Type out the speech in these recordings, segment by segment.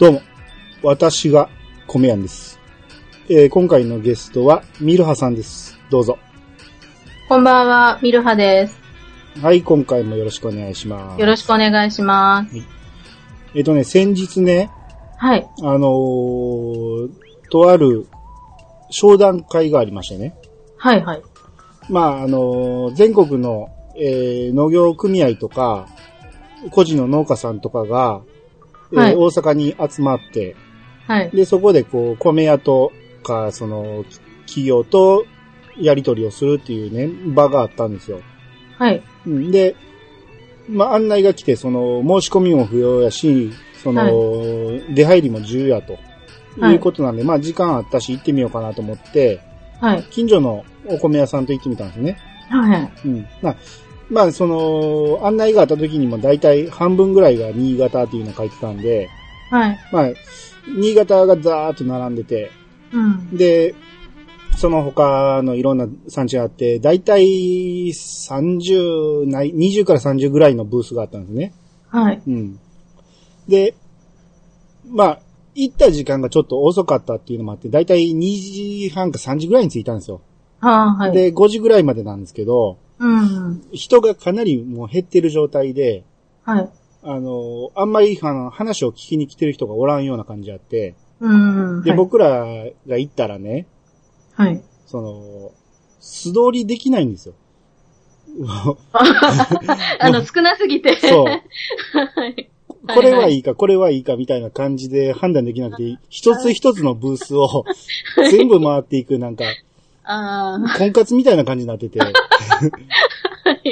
どうも、私が米やんです。今回のゲストはミルハさんです。どうぞ。 こんばんは、ミルハです。 はい、今回もよろしくお願いします。 よろしくお願いします。 はい、先日ね、 はい。 とある商談会がありましたね。 はいはい。 まあ、全国の、農業組合とか、個人の農家さんとかが、はい、大阪に集まって、 はい。で、 そこでこう、米屋とか、その、企業とやり取りをするっていうね、場があったんですよ。 はい。 で、まあ、案内が来て、その、申し込みも不要やし、その、はい、出入りも自由やと、いうことなんで、まあ、時間あったし行ってみようかなと思って、 はい。 近所のお米屋さんと行ってみたんですね。 はい。 うん。まあ、その、案内があった時にも大体半分ぐらいが新潟っていうのを書いてたんで、 はい。 まあ、新潟がザーッと並んでて、 うん。 で、その他のいろんな産地があって、大体20から30ぐらいのブースがあったんですね。 はい。 うん。で、まあ、行った時間がちょっと遅かったっていうのもあって、大体2時半か3時ぐらいに着いたんですよ。 はい。 で、5時ぐらいまでなんですけど、 うん。 人がかなりもう減ってる状態で、 はい。 あんまり話を聞きに来てる人がおらんような感じあって、 うん。 で、 はい、 僕らが行ったらね、 はい。 素通りできないんですよ。 少なすぎて。 そう。 はい。 これはいいか、これはいいかみたいな感じで判断できなくて、一つ一つのブースを全部回っていくなんか、婚活みたいな感じになってて。はい。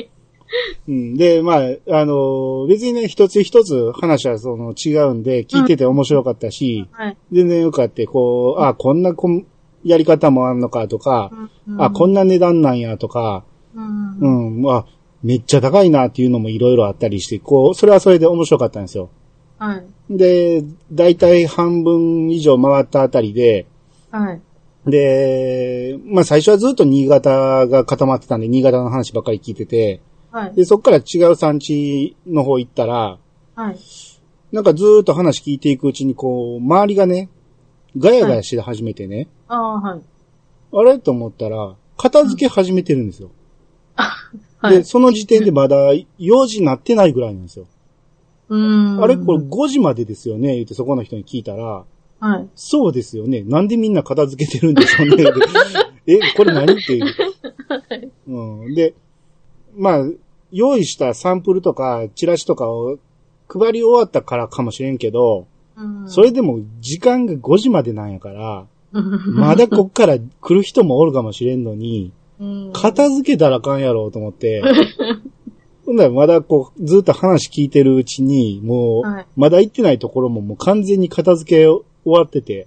うん、で、まあ、別にね、一つ一つ話は違うんで、聞いてて面白かったし、 はい、 全然よかって、こんなやり方もあんのかとか、こんな値段なんやとか、まあ、めっちゃ高いなっていうのもいろいろあったりして、それはそれで面白かったんですよ。 はい。 で、だいたい半分以上回ったあたりで、 はい。 で、まあ最初はずっと新潟が固まってたんで、新潟の話ばっかり聞いてて、 はい。 で、そっから違う産地の方行ったら、 はい。 なんかずーっと話聞いていくうちに、周りがね、ガヤガヤし始めてね、 はい。 あれと思ったら、片付け始めてるんですよ。 はい。 で、その時点でまだ4時になってないぐらいなんですよ。あれこれ5時までですよね言ってそこの人に聞いたら、 はい。 そうですよね。なんでみんな片付けてるんでしょうね。これ何っていう。うん。で、まあ、用意したサンプルとかチラシとかを配り終わったからかもしれんけど、それでも時間が5時までなんやから、まだこっから来る人もおるかもしれんのに、片付けたらあかんやろうと思って、ほんならまだずっと話聞いてるうちに、もう、まだ行ってないところももう完全に片付け終わってて、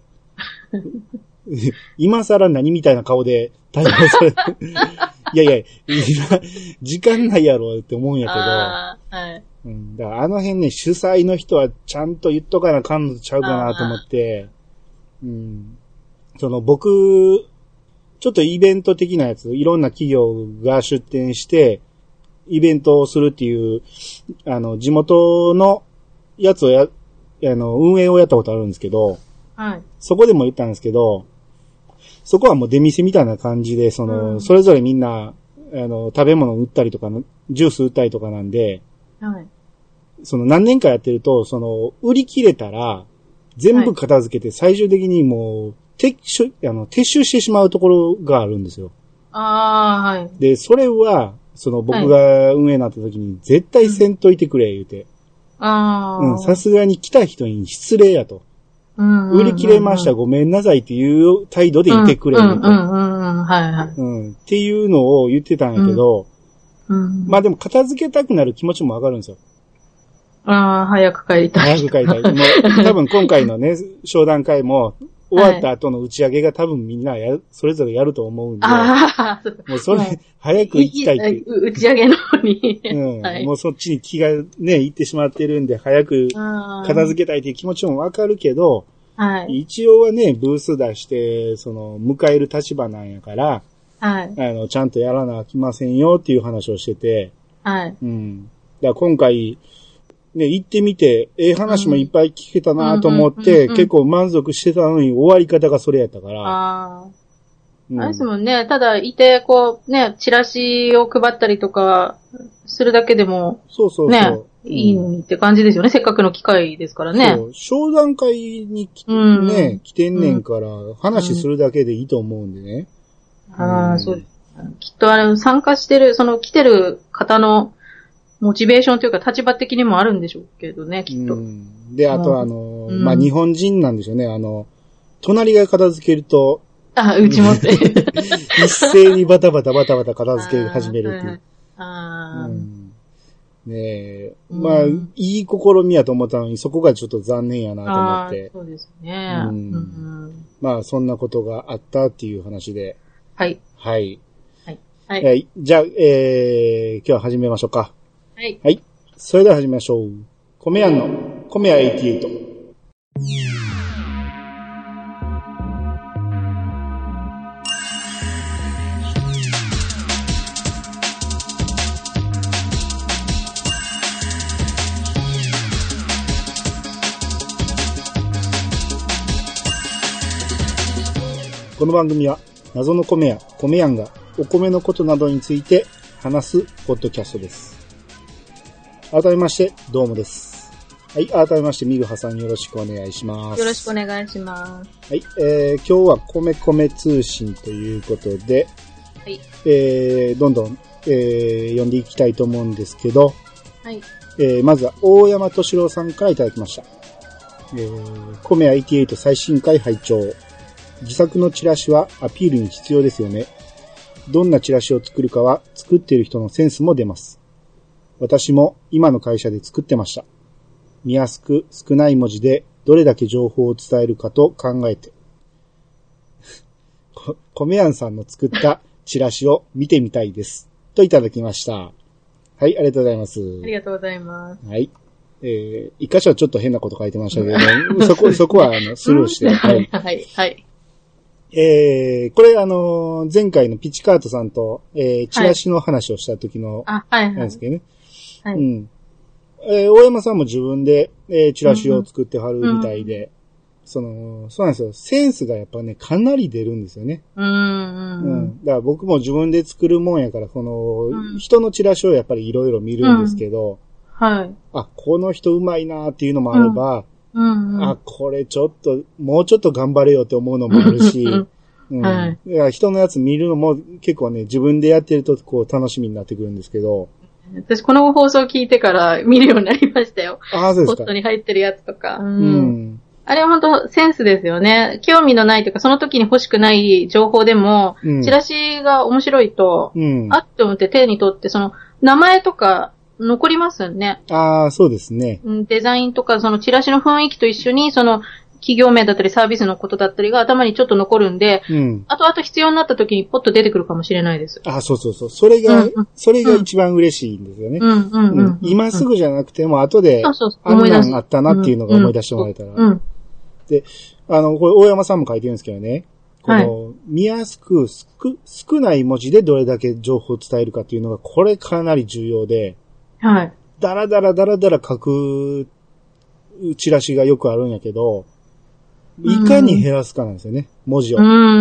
今更何みたいな顔で対応されて、いや、時間ないやろって思うんやけど、 はい。 だからあの辺ね、主催の人はちゃんと言っとかなあかんのちゃうかなと思って、僕、ちょっとイベント的なやつ、いろんな企業が出展して、イベントをするっていう、地元のやつを運営をやったことあるんですけど、 はい。 そこでも言ったんですけど、そこはもう出店みたいな感じで、それぞれみんな、食べ物売ったりとか、ジュース売ったりとかなんで、 はい。 何年かやってると、売り切れたら、全部片付けて、最終的にもう、撤収してしまうところがあるんですよ。 はい。で、 それは、僕が運営になった時に、絶対せんといてくれ、言うて。さすがに来た人に失礼やと。売り切れました、ごめんなさいっていう態度でいてくれ、言うて。っていうのを言ってたんやけど、まあでも片付けたくなる気持ちもわかるんですよ。 早く帰りたい。 早く帰りたい。もう多分今回のね、商談会も、終わった後の打ち上げが多分みんなそれぞれやると思うんで。もうそれ、早く行きたいって。 打ち上げの方に。 もうそっちに気がね、行ってしまってるんで、早く片付けたいっていう気持ちもわかるけど、一応はね、ブース出して、迎える立場なんやから、ちゃんとやらなきませんよっていう話をしてて、だから今回、 ね、行ってみて、話もいっぱい聞けたなと思って、結構満足してたのに終わり方がそれやったから。 あれですもんね。ただ、いて、こう、ね、チラシを配ったりとか、するだけでも、 そう。 ね、いいのにって感じですよね。せっかくの機会ですからね。 そう。商談会に来てんねんから、話するだけでいいと思うんでね。 そうです。きっと参加してる、来てる方のモチベーションというか立場的にもあるんでしょうけどね、きっと。 で、あと日本人なんでしょうね。隣が片付けると、 うちもって。 一斉にバタバタ片付け始めるっていう。ねえ。まあ、いい試みやと思ったのに、そこがちょっと残念やなと思って。 そうですね。 まあ、そんなことがあったっていう話で。 はい。 はい。じゃあ、今日は始めましょうか。 はい。 はい。それでは始めましょう。米屋の、米屋88。この番組は謎の米屋、米やんがお米のことなどについて話すポッドキャストです。改めましてどうもです。はい、改めましてミルハさんよろしくお願いします。 よろしくお願いします。 はい、今日は米通信ということで、 はい、 どんどん、読んでいきたいと思うんですけど、 はい、 まずは大山敏郎さんからいただきました。米屋88最新回拝聴。自作のチラシはアピールに必要ですよね。どんなチラシを作るかは作っている人のセンスも出ます。私も今の会社で作ってました。見やすく少ない文字でどれだけ情報を伝えるかと考えて。米庵さんの作ったチラシを見てみたいです。といただきました。はい、ありがとうございます。 ありがとうございます。 はい。一箇所はちょっと変なこと書いてましたけど、そこはスルーして。 はい。はい。はい。 これ前回のピチカートさんと、チラシの話をした時の、なんですけどね。 はい。 大山さんも自分で、チラシを作ってはるみたいで、そうなんですよ。センスがやっぱね、かなり出るんですよね。だから僕も自分で作るもんやから、人のチラシをやっぱりいろいろ見るんですけど、 はい。 この人うまいなーっていうのもあれば、これもうちょっと頑張れよって思うのもあるし、はい。だから人のやつ見るのも結構ね、自分でやってるとこう楽しみになってくるんですけど。 私この放送聞いてから見るようになりましたよ。 そうですか。 ポットに入ってるやつとか。あれは本当センスですよね。興味のないというか、その時に欲しくない情報でも、チラシが面白いと、あって思って手に取って、名前とか、残りますよね。 そうですね。 デザインとか、チラシの雰囲気と一緒に、企業名だったりサービスのことだったりが頭にちょっと残るんで、後々必要になった時にポッと出てくるかもしれないです。 そう。それが一番嬉しいんですよね。今すぐじゃなくても、後で、あんなんあったなっていうのが思い出してもらえたら。で、これ大山さんも書いてるんですけどね。見やすく少ない文字でどれだけ情報を伝えるかっていうのが、これかなり重要で、 はい。 だら書くチラシがよくあるんやけど、いかに減らすかなんですよね、文字を。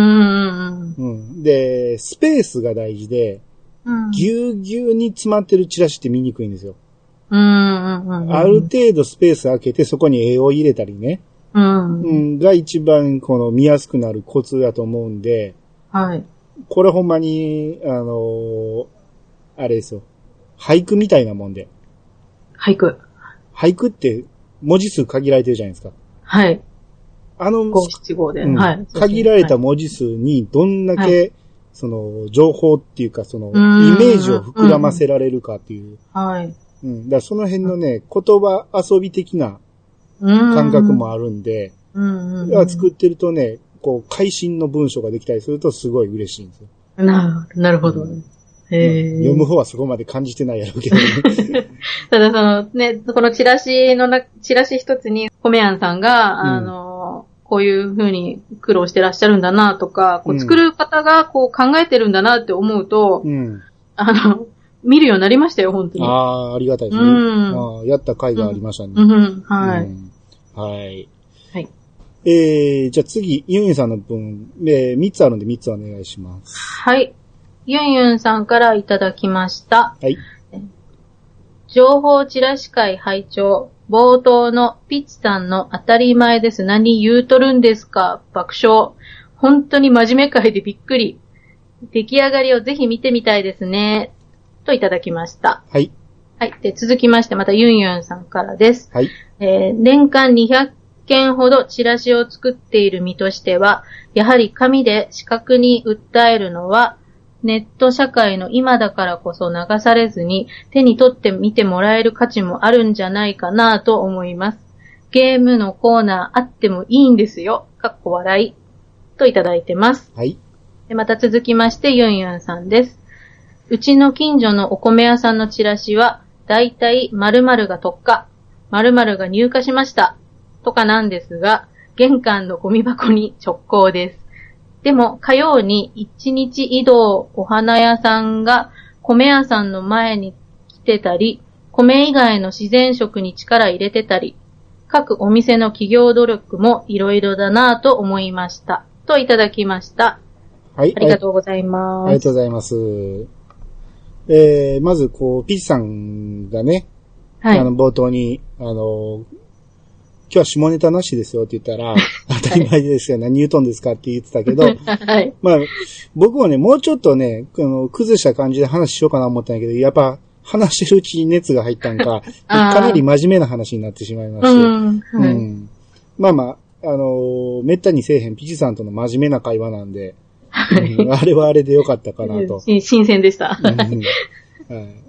で、スペースが大事で、ぎゅうぎゅうに詰まってるチラシって見にくいんですよ。ある程度スペース開けてそこに絵を入れたりね。が一番見やすくなるコツだと思うんで、 はい。 これほんまに、あれですよ。俳句みたいなもんで。 俳句って文字数限られてるじゃないですか。 はい。五七五で。はい。 限られた文字数にどんだけ、情報っていうか、イメージを膨らませられるかっていう。 はい。 だからその辺のね、言葉遊び的な感覚もあるんで、作ってるとね、会心の文章ができたりするとすごい嬉しいんですよ。 なるほど。 読む方はそこまで感じてないやろうけどね。 ただこのチラシ一つに、米庵さんが、こういう風に苦労してらっしゃるんだなとか、作る方が考えてるんだなって思うと、 見るようになりましたよ、本当に。 ありがたいですね。やった回がありましたね。 はい。 はい。 はい。 じゃあ次、ユンユンさんの分、3つあるんで3つお願いします。 はい。ユンユンさんからいただきました。 はい。 情報チラシ会拝聴。冒頭のピッチさんの当たり前です。何言うとるんですか爆笑。本当に真面目会でびっくり。出来上がりをぜひ見てみたいですね。といただきました。 はい。 はい。で、続きまして、またユンユンさんからです。 はい。 年間200件ほどチラシを作っている身としては、やはり紙で視覚に訴えるのは、ネット社会の今だからこそ流されずに手に取って見てもらえる価値もあるんじゃないかなと思います。ゲームのコーナーあってもいいんですよ。かっこ笑い。といただいてます。 はい。 でまた続きましてユンユンさんです。うちの近所のお米屋さんのチラシは、だいたい〇〇が特価、〇〇が入荷しました。とかなんですが、玄関のゴミ箱に直行です。でも、火曜に1日移動お花屋さんが米屋さんの前に来てたり、米以外の自然食に力入れてたり、各お店の企業努力もいろいろだなぁと思いました。といただきました。 はい。 ありがとうございます。 ありがとうございます。まず、ピッチさんがね、はい。冒頭に、今日は下ネタなしですよって言ったら、当たり前ですよ、何言うとんですかって言ってたけど、はい。まあ、僕はね、もうちょっとね、崩した感じで話しようかな思ったんだけど、やっぱ、話してるうちに熱が入ったんか、かなり真面目な話になってしまいまして、はい。まあまあ、めったにせえへんピチさんとの真面目な会話なんで、はい。あれはあれでよかったかなと。 新鮮でした。はい。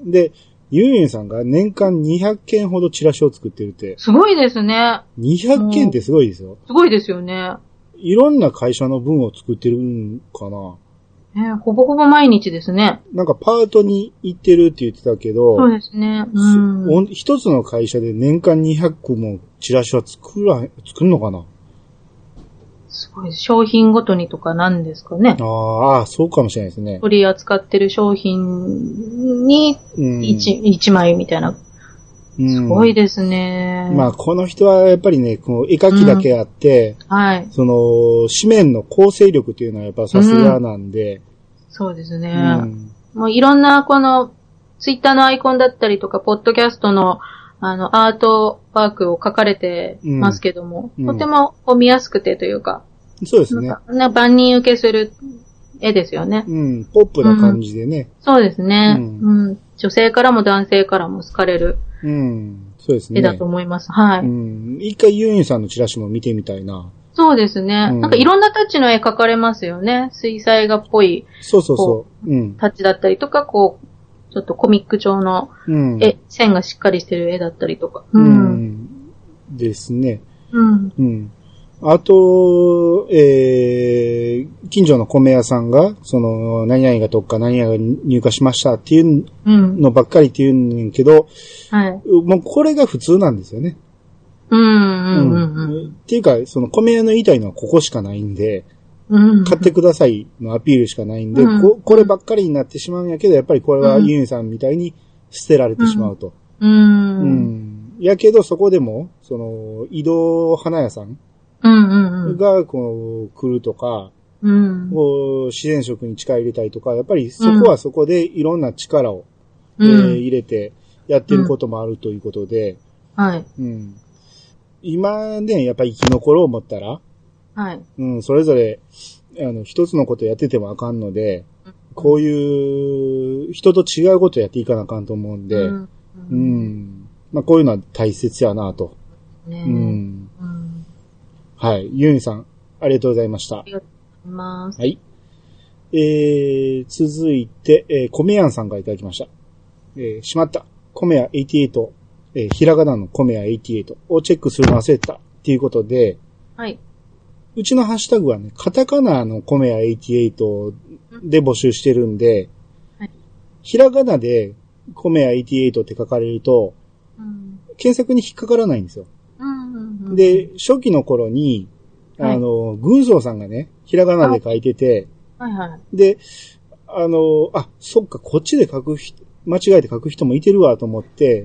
で、ユンユンさんが年間200件ほどチラシを作ってるって。 すごいですね。 200件ってすごいですよ。 すごいですよね。 いろんな会社の分を作ってるんかな。 ほぼほぼ毎日ですね。 なんかパートに行ってるって言ってたけど。 そうですね。 一つの会社で年間200個もチラシは作るのかな。 すごい。商品ごとにとかなんですかね。 ああ、そうかもしれないですね。 取り扱ってる商品に1枚みたいな。すごいですね。 まあ、この人はやっぱりね、この絵描きだけあって、はい。その、紙面の構成力っていうのはやっぱさすがなんで。 そうですね。もういろんなこの、ツイッターのアイコンだったりとか、ポッドキャストのアートワークを書かれてますけども、とても見やすくてというか、 そうですね。 万人受けする絵ですよね。 ポップな感じでね。 そうですね、女性からも男性からも好かれる、 そうですね。 絵だと思います。はい。 一回ユンユンさんのチラシも見てみたいな。 そうですね。なんかいろんなタッチの絵描かれますよね。水彩画っぽい。 そう。 タッチだったりとか、ちょっとコミック調の線がしっかりしてる絵だったりとか。 ですね。あと、近所の米屋さんが、何々が特価、何々が入荷しましたっていうのばっかりって言うんねんけど、はい。もうこれが普通なんですよね。っていうか、米屋の言いたいのはここしかないんで、買ってくださいのアピールしかないんで、こればっかりになってしまうんやけど、やっぱりこれはユンさんみたいに捨てられてしまうと。やけどそこでも、移動花屋さんが来るとか、自然食に力入れたりとか、やっぱりそこはそこでいろんな力を、入れてやってることもあるということで、はい。今ね、やっぱり生き残ろう思ったら、はい。それぞれ、一つのことやっててもあかんので、こういう人と違うことやっていかなあかんと思うんで、まあこういうのは大切やなと。はい。ユンさん、ありがとうございました。ありがとうございます。はい。続いて、米やんさんからいただきました。しまった。米や88、ひらがなの米や88をチェックするの忘れた。っていうことで、はい。うちのハッシュタグはね、カタカナの米や88で募集してるんで、はい。ひらがなで米や88って書かれると、検索に引っかからないんですよ。で、初期の頃に、軍曹さんがね、ひらがなで書いてて、はいはい。で、そっか、こっちで書く間違えて書く人もいてるわと思って、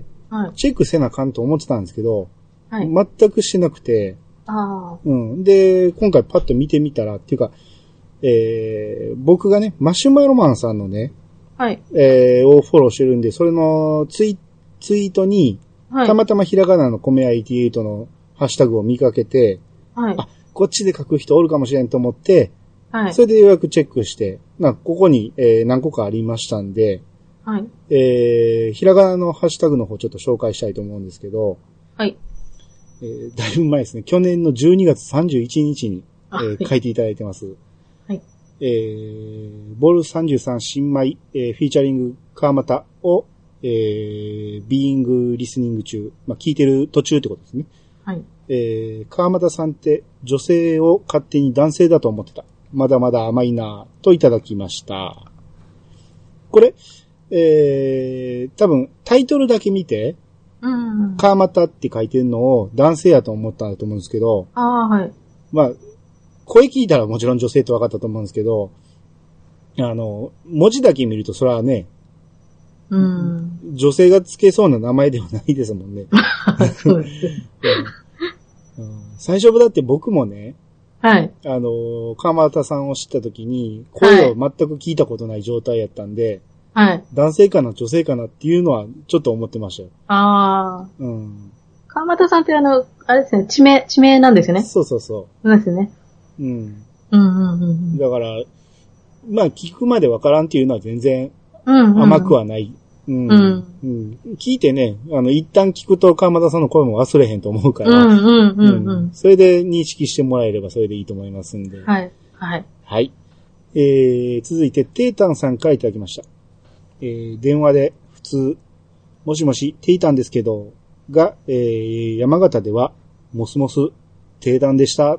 はい、 チェックせなあかんと思ってたんですけど、 はい、 全くしてなくて、うん。で、今回パッと見てみたら、っていうか、僕がね、マシュマロマンさんのね、 はい。 をフォローしてるんで、それのツイートに、はい、たまたまひらがなの米屋88のハッシュタグを見かけて、はい。あ、こっちで書く人おるかもしれんと思って、はい。それでようやくチェックして、ここに、何個かありましたんで、はい。ひらがなのハッシュタグの方ちょっと紹介したいと思うんですけど、 はい。 だいぶ前ですね。去年の12月31日に、書いていただいてます。 はい。 ボル33新米、フィーチャリング川又を、ビーイングリスニング中、聞いてる途中ってことですね。 はい。 川又さんって女性を勝手に男性だと思ってた。まだまだ甘いなぁといただきました。これ、多分タイトルだけ見て、川又って書いてるのを男性やと思ったんだと思うんですけど、 はい。 声聞いたらもちろん女性って分かったと思うんですけど、文字だけ見るとそれはね、女性がつけそうな名前ではないですもんね。 そうです。 最初だって僕もね、 はい。 川又さんを知った時に、声を全く聞いたことない状態やったんで、 はい。 男性かな、女性かなっていうのはちょっと思ってましたよ。 ああ。 うん。 川又さんってあれですね、地名なんですよね。 そうそうそう。 そうですね。 うん。 うん。 だから、聞くまでわからんっていうのは全然甘くはない。聞いてね、一旦聞くと川又さんの声も忘れへんと思うから、それで認識してもらえればそれでいいと思いますんで。 はい。はい。 はい。続いて、テイタンさんからいただきました。電話で普通、もしもし、テイタンですけど、が、山形では、モスモス、定談でした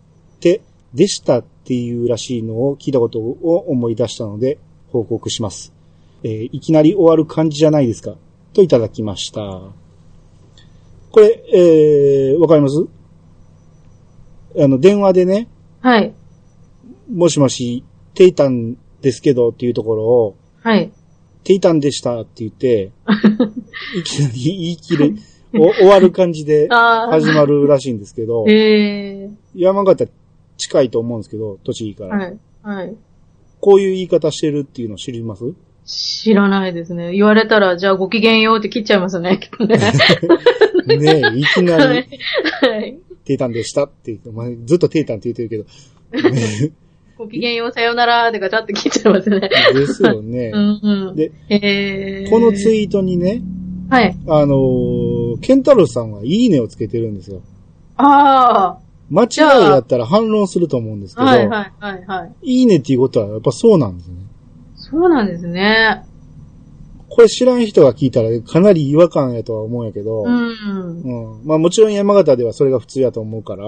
っていうらしいのを聞いたことを思い出したので、報告します。いきなり終わる感じじゃないですかといただきました。これ、わかります？電話でね。 はい。 もしもし、テイタンですけどっていうところを。 はい。 テイタンでしたって言って、いきなり言い切る、終わる感じで始まるらしいんですけど。山形近いと思うんですけど、栃木から。 はい。はい。 こういう言い方してるっていうの知ります？ 知らないですね。言われたら、じゃあごきげんようって切っちゃいますね、きっとね。 ねえ、いきなり、テイタンでしたって言って、お前ずっとテイタンって言ってるけど。 ごきげんようさよならってガチャって切っちゃいますね。 ですよね。で、このツイートにね、 はい。 ケンタロウさんはいいねをつけてるんですよ。 ああ。 間違いやったら反論すると思うんですけど、いいねっていうことはやっぱそうなんですね。 そうなんですね。 これ知らん人が聞いたらかなり違和感やとは思うんやけど、もちろん山形ではそれが普通やと思うから、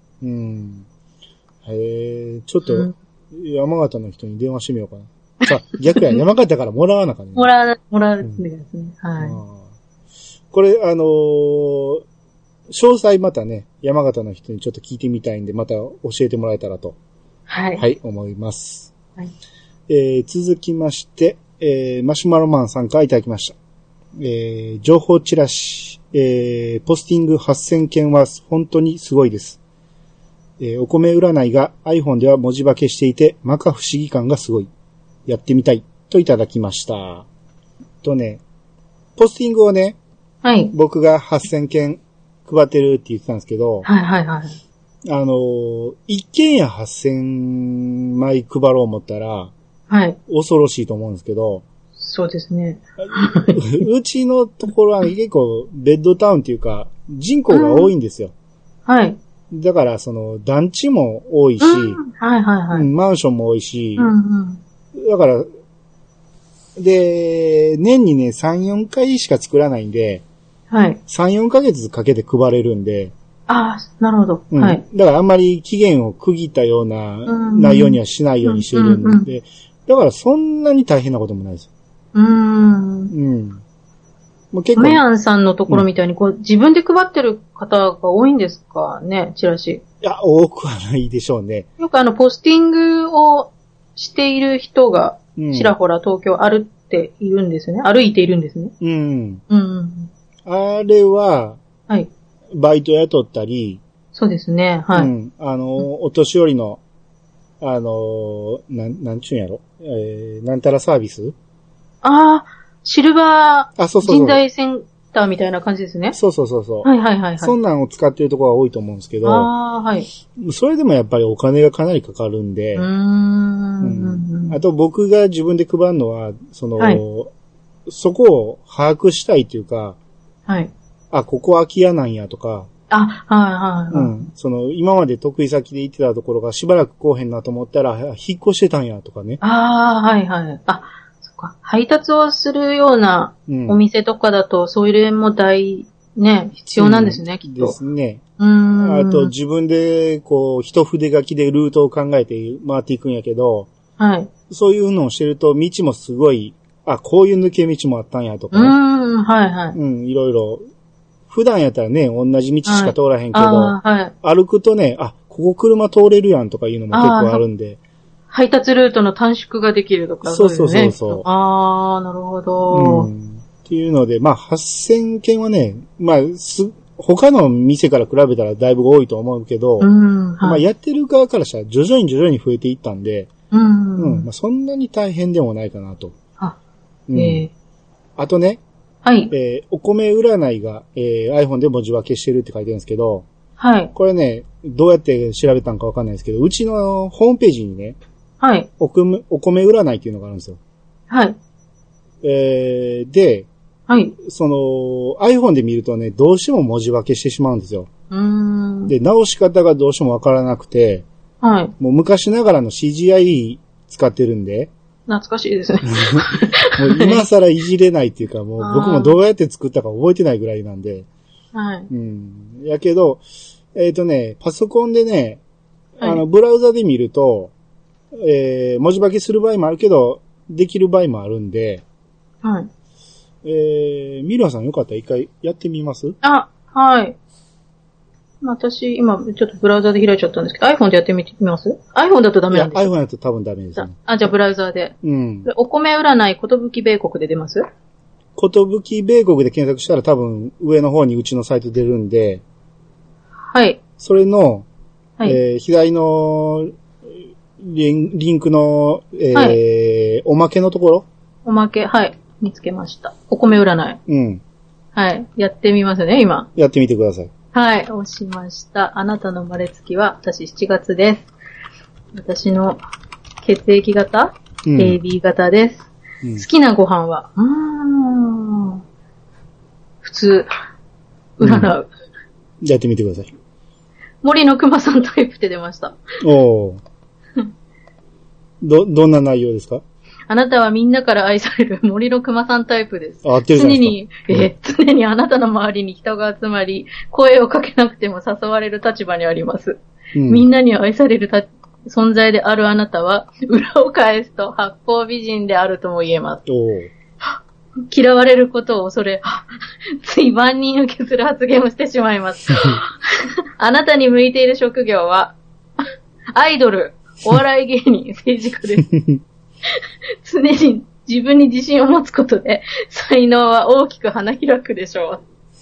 ちょっと山形の人に電話してみようかな。さあ、逆や山形からもらわなかった、ね。 もらうんですね。はい。 これ詳細またね、山形の人にちょっと聞いてみたいんで、また教えてもらえたらと。 はい。 はい、思います。 はい。 続きまして、マシュマロマンさんからいただきました。情報チラシ、ポスティング8000件は本当にすごいです。お米占いが iPhone では文字化けしていて、摩訶不思議感がすごい。やってみたい。といただきました。とね、ポスティングをね、 はい。 僕が8000件配ってるって言ってたんですけど、一軒家8000枚配ろう思ったら、 はい。 恐ろしいと思うんですけど、 そうですね。 うちのところは結構ベッドタウンっていうか、人口が多いんですよ。 はい。 だから、団地も多いし、マンションも多いし、だから、で、年にね、3、4回しか作らないんで、 はい。 3、4ヶ月かけて配れるんで。 ああ、なるほど。はい。 だからあんまり期限を区切ったような内容にはしないようにしてるんで、だからそんなに大変なこともないですよ。 もう結構。メアンさんのところみたいに、自分で配ってる方が多いんですかね、チラシ。 いや、多くはないでしょうね。 よくポスティングをしている人が、ちらほら東京あるっているんですね。歩いているんですね。 うん。 うん。 あれは、 はい。 バイト雇ったり、 そうですね。はい。うん。 お年寄りの、なんちゅうんやろ。なんたらサービス？ ああ、シルバーそうそうそう人材センターみたいな感じですね。 そうそうそうそう。 はいはいはいはい。 そんなんを使ってるところが多いと思うんですけど、 はい。 それでもやっぱりお金がかなりかかるんで、あと僕が自分で配るのは、はい、そこを把握したいというか、 はい。 ここ空き家なんやとか、 はいはいはい。 今まで得意先で行ってたところがしばらく来おへんなと思ったら、引っ越してたんやとかね。 はいはい。そっか。配達をするようなお店とかだと、そういうのも必要なんですね、きっと。 ですね。あと自分で、一筆書きでルートを考えて回っていくんやけど、 はい。 そういうのをしてると、道もすごい、こういう抜け道もあったんやとか、 はいはい。 いろいろ。普段やったらね、同じ道しか通らへんけど、はい、歩くとね、ここ車通れるやんとかいうのも結構あるんで。 配達ルートの短縮ができるとか、 そうそうそう。 なるほど。 っていうので、8000件はね、他の店から比べたらだいぶ多いと思うけど、やってる側からしたら徐々に増えていったんで、そんなに大変でもないかなと。あとね、 はい。 お米占いが、iPhone で文字分けしてるって書いてるんですけど、 はい。 これね、どうやって調べたのかわかんないですけど、うちのホームページにね、 はい。 お米占いっていうのがあるんですよ。 はい。 で、 はい。 iPhone で見るとね、どうしても文字分けしてしまうんですよ。で、直し方がどうしてもわからなくて、 はい。 もう昔ながらの CGI 使ってるんで、 懐かしいですね。 もう今更いじれないっていうか、もう僕もどうやって作ったか覚えてないぐらいなんで。 はい。 やけど、パソコンでね、ブラウザで見ると、文字化けする場合もあるけど、できる場合もあるんで、 はい。 ミルハさんよかったら一回やってみます？ はい。私、今、ちょっとブラウザで開いちゃったんですけど、iPhone でやってみます？ iPhone だとダメなんですか？ iPhone だと多分ダメですね。 じゃあブラウザで。お米占い、ことぶき米国で出ます？ ことぶき米国で検索したら多分上の方にうちのサイト出るんで、 はい。 それの、左のリンクの、おまけのところ？ おまけ、はい。見つけました。お米占い。はい。やってみますね、今。 やってみてください。 はい、押しました。あなたの生まれつきは、私7月です。私の血液型、AB 型です。好きなご飯は、普通、占う。 やってみてください。 森の熊さんタイプって出ました。 おー。どんな内容ですか？ あなたはみんなから愛される森の熊さんタイプです。 合ってるじゃないですか。常にあなたの周りに人が集まり、声をかけなくても誘われる立場にあります。みんなに愛される存在であるあなたは、裏を返すと八方美人であるとも言えます。嫌われることを恐れ、つい万人受けする発言をしてしまいます。あなたに向いている職業は、アイドル、お笑い芸人、政治家です。常に自分に自信を持つことで、才能は大きく花開くでしょう。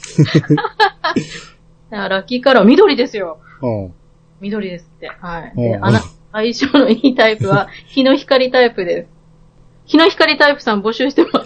ラッキーカラー、緑ですよ。緑ですって。はい。で、相性のいいタイプは、日の光タイプです。日の光タイプさん募集してます。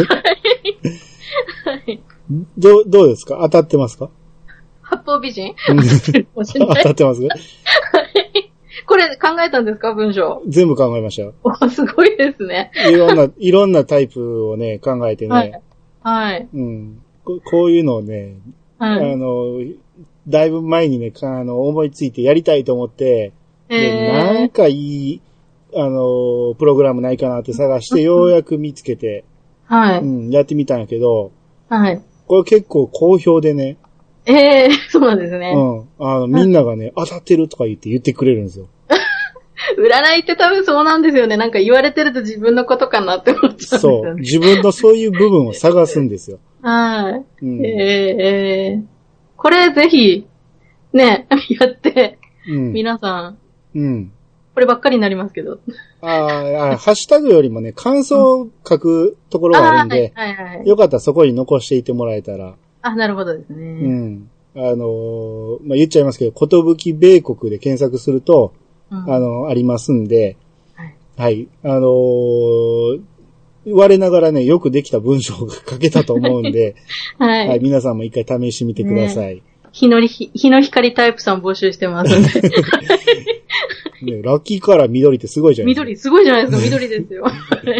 はい。どうですか？当たってますか？ 八方美人？ 当たってますか？ これ考えたんですか？文章。 全部考えましたよ。 すごいですね。 いろんなタイプをね、考えてね。 はい。 こういうのをね、だいぶ前にね、思いついてやりたいと思って、なんかいい、プログラムないかなって探して、ようやく見つけて、 はい。 やってみたんやけど、 はい。 これ結構好評でね。 そうなんですね。 みんながね、当たってるとか言ってくれるんですよ。 占いって多分そうなんですよね。なんか言われてると自分のことかなって思っちゃうんですよね。 そう。自分のそういう部分を探すんですよ。 はい。これぜひ、ね、やって、皆さん、 こればっかりになりますけど。 ハッシュタグよりもね、感想を書くところがあるんで、 はいはいはい、 よかったらそこに残していてもらえたら。 なるほどですね。 うん。言っちゃいますけど、ことぶき米国で検索すると、ありますんで、はい。我ながらね、よくできた文章が書けたと思うんで、はい、皆さんも一回試してみてください。 日の光タイプさん募集してますんで。 ね、ラッキーカラー緑ってすごいじゃないですか。 緑、すごいじゃないですか。緑ですよ。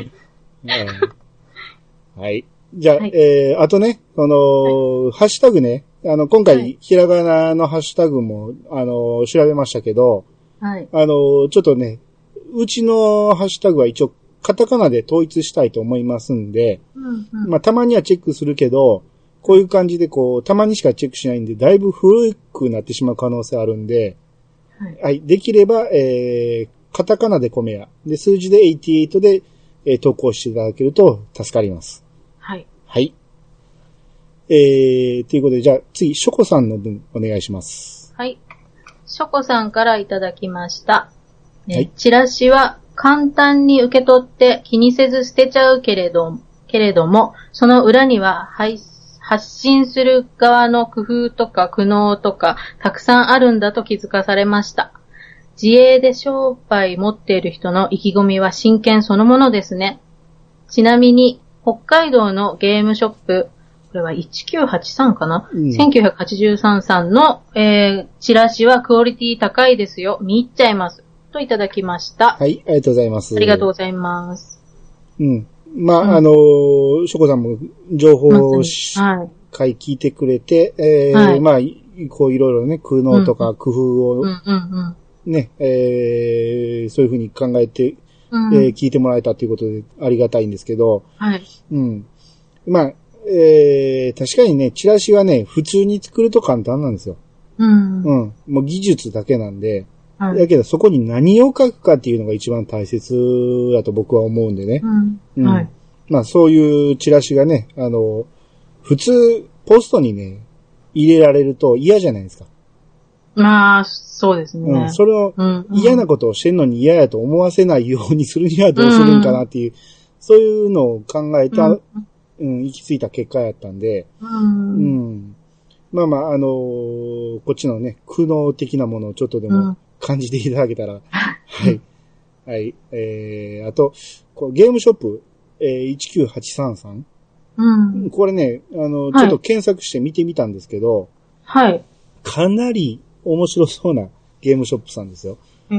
はい。じゃあ、はい、あとね、ハッシュタグね、今回、ひらがなのハッシュタグも、調べましたけど、はい。ちょっとね、うちのハッシュタグは一応、カタカナで統一したいと思いますんで、まあ、たまにはチェックするけど、こういう感じでたまにしかチェックしないんで、だいぶ古くなってしまう可能性あるんで、はい。できれば、カタカナでコメヤ。で、数字で88で、投稿していただけると助かります。 はい。 はい。ということで、じゃあ次、ショコさんの分お願いします。 はい。ショコさんからいただきました。はい。チラシは簡単に受け取って気にせず捨てちゃうけれども、その裏には発信する側の工夫とか苦悩とかたくさんあるんだと気づかされました。自営で商売持っている人の意気込みは真剣そのものですね。ちなみに北海道のゲームショップ、これは1983かな、1983さんの、チラシはクオリティ高いですよ。見入っちゃいます。といただきました。 はい、ありがとうございます。 ありがとうございます。 うん。まあ、ショコさんも情報会聞いてくれて、はい、まあ、こういろいろね、苦悩とか工夫を、ね、そういうふうに考えて、聞いてもらえたということでありがたいんですけど、はい。うん。まあ、確かにね、チラシはね、普通に作ると簡単なんですよ。うん。うん。もう技術だけなんで、はい。だけどそこに何を書くかっていうのが一番大切だと僕は思うんでね。うん。はい。まあそういうチラシがね、普通、ポストにね、入れられると嫌じゃないですか。 まあ、そうですね。 うん。それを嫌なことをしてんのに嫌やと思わせないようにするにはどうするんかなっていう、そういうのを考えた、行き着いた結果やったんで、まあまあ、こっちのね、苦悩的なものをちょっとでも感じていただけたら、はい。はい。あと、ゲームショップ、19833。これね、ちょっと検索して見てみたんですけど、はい。かなり面白そうなゲームショップさんですよ。うん。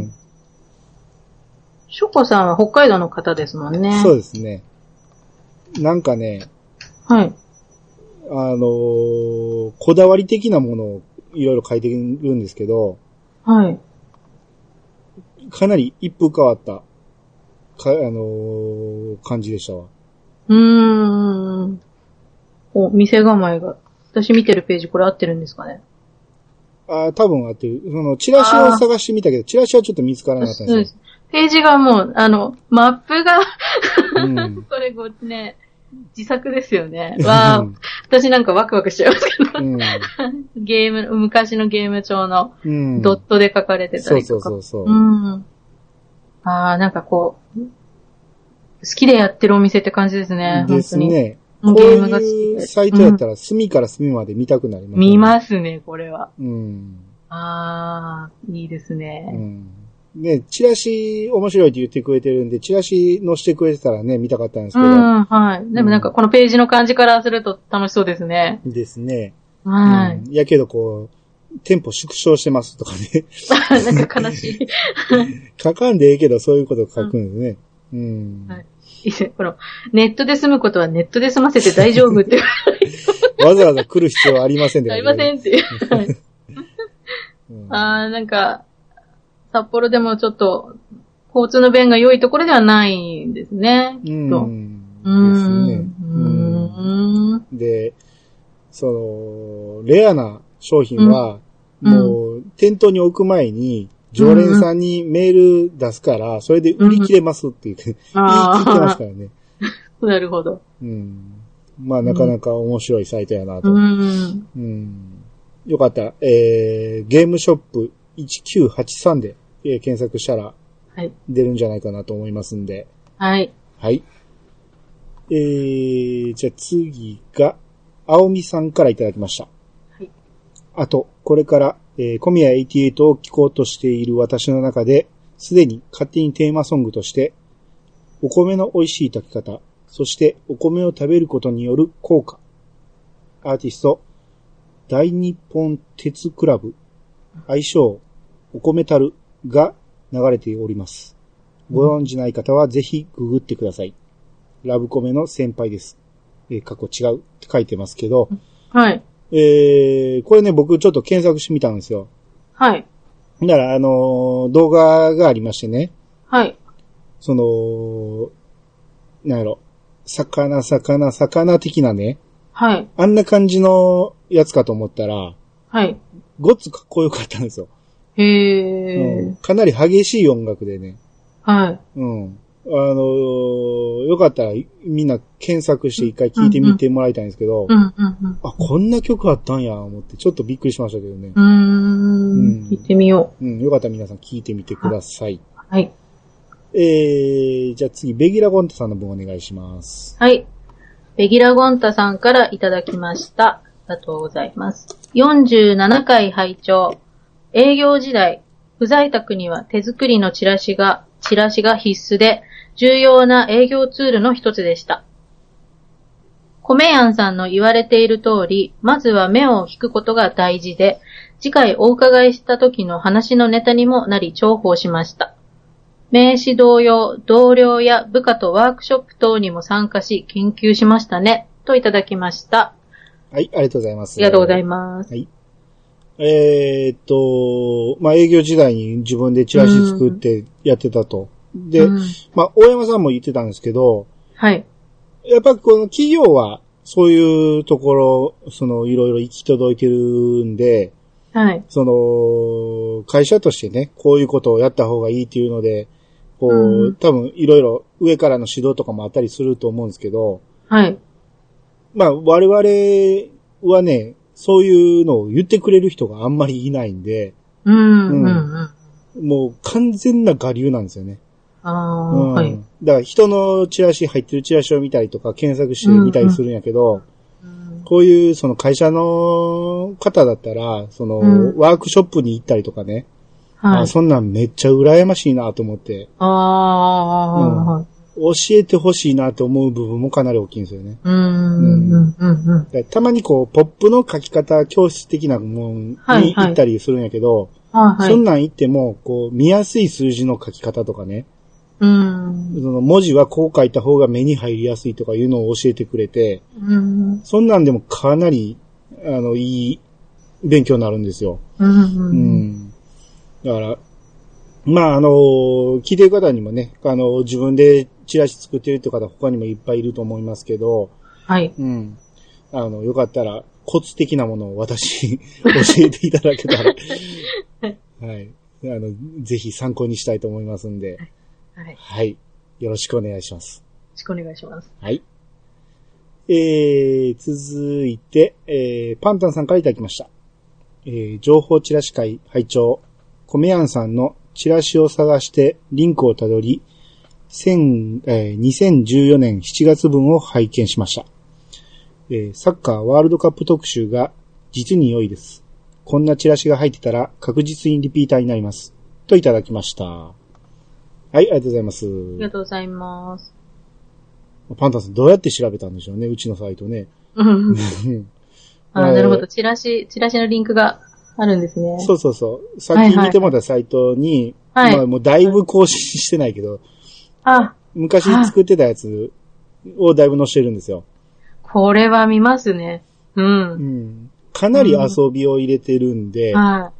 ショコさんは北海道の方ですもんね。 そうですね。なんかね、はい。こだわり的なものをいろいろ書いてるんですけど、はい。かなり一風変わった、感じでしたわ。 店構えが。私見てるページこれ合ってるんですかね？ 多分合ってる。チラシを探してみたけど、チラシはちょっと見つからなかったんですよ。 ページがもう、マップがこれね、自作ですよね。私なんかワクワクしちゃいますけど、昔のゲーム帳のドットで書かれてたりとか。そう。なんかこう、好きでやってるお店って感じですね。 ですね。ゲームが好きで。こういうサイトやったら隅から隅まで見たくなりますね。 見ますね、これは。いいですね。 ね、チラシ面白いって言ってくれてるんで、チラシ載せてくれてたらね、見たかったんですけど。 はい。でもなんかこのページの感じからすると楽しそうですね。 ですね。はい。やけど店舗縮小してますとかね。 なんか悲しい。 書かんでええけど、そういうこと書くんですね。 はい。ネットで済むことはネットで済ませて大丈夫ってわざわざ来る必要はありませんで、 ありませんっていう。なんか、札幌でもちょっと、交通の便が良いところではないんですね。ですね。 で、レアな商品は、もう、店頭に置く前に、常連さんにメール出すから、それで売り切れますって言って、言い切ってますからね。 なるほど。 まあ、なかなか面白いサイトやなと。よかったら、ゲームショップ1983で検索したら、出るんじゃないかなと思いますんで。 はい。 はい。じゃあ次が、青みさんからいただきました。はい。あと、これから、小宮88を聴こうとしている私の中で、すでに勝手にテーマソングとして、お米の美味しい炊き方、そしてお米を食べることによる効果。アーティスト、大日本鉄クラブ、愛称、お米たるが流れております。ご存じない方はぜひググってください。ラブコメの先輩です。過去違うって書いてますけど。 はい。 これね、僕ちょっと検索してみたんですよ。 はい。 だから、動画がありましてね。 はい。 なんやろ。魚的なね。 はい。 あんな感じのやつかと思ったら。 はい。 ごっつかっこよかったんですよ。 へー。 かなり激しい音楽でね。 はい。 うん。よかったらみんな検索して一回聞いてみてもらいたいんですけど、あ、こんな曲あったんや、思ってちょっとびっくりしましたけどね。 聞いてみよう。よかったら皆さん聞いてみてください。 はい。 じゃあ次、ベギラゴンタさんの分お願いします。 はい。ベギラゴンタさんからいただきました。ありがとうございます。47回拝聴。営業時代、不在宅には手作りのチラシが必須で、重要な営業ツールの一つでした。米やんさんの言われている通り、まずは目を引くことが大事で、次回お伺いした時の話のネタにもなり重宝しました。名刺同様、同僚や部下とワークショップ等にも参加し研究しましたね、といただきました。 はい、ありがとうございます。 ありがとうございます。はい。 まあ、営業時代に自分でチラシ作ってやってたと。で、まあ、大山さんも言ってたんですけど、 はい。 やっぱこの企業は、そういうところ、いろいろ行き届いてるんで、 はい。 会社としてね、こういうことをやった方がいいっていうので、多分いろいろ上からの指導とかもあったりすると思うんですけど、 はい。 まあ、我々はね、そういうのを言ってくれる人があんまりいないんで、もう完全な我流なんですよね。 はい。 だから人のチラシ入ってるチラシを見たりとか検索して見たりするんやけど、こういうその会社の方だったら、ワークショップに行ったりとかね、はい、そんなんめっちゃ羨ましいなと思って、教えてほしいなと思う部分もかなり大きいんですよね。たまにこう、ポップの書き方教室的なものに行ったりするんやけど、そんなん言っても、こう、見やすい数字の書き方とかね、その文字はこう書いた方が目に入りやすいとかいうのを教えてくれて、そんなんでもかなり、いい勉強になるんですよ。だから、まあ、聞いてる方にもね、自分でチラシ作ってるって方他にもいっぱいいると思いますけど、 はい。 よかったら、コツ的なものを教えていただけたら、はい。ぜひ参考にしたいと思いますんで、 はい。 はい。よろしくお願いします。 よろしくお願いします。 はい。続いて、パンタンさんからいただきました。情報チラシ会拝聴。米やんさんのチラシを探してリンクをたどり、2014年7月分を拝見しました。サッカーワールドカップ特集が実に良いです。こんなチラシが入ってたら確実にリピーターになります。といただきました。はい、ありがとうございます。ありがとうございます。 パンタンさんどうやって調べたんでしょうね、うちのサイトね。 なるほど。チラシのリンクがあるんですね。 そうそうそう。さっき見てもらったサイトに、まあもうだいぶ更新してないけど、昔作ってたやつをだいぶ載せてるんですよ。 これは見ますね。 かなり遊びを入れてるんで、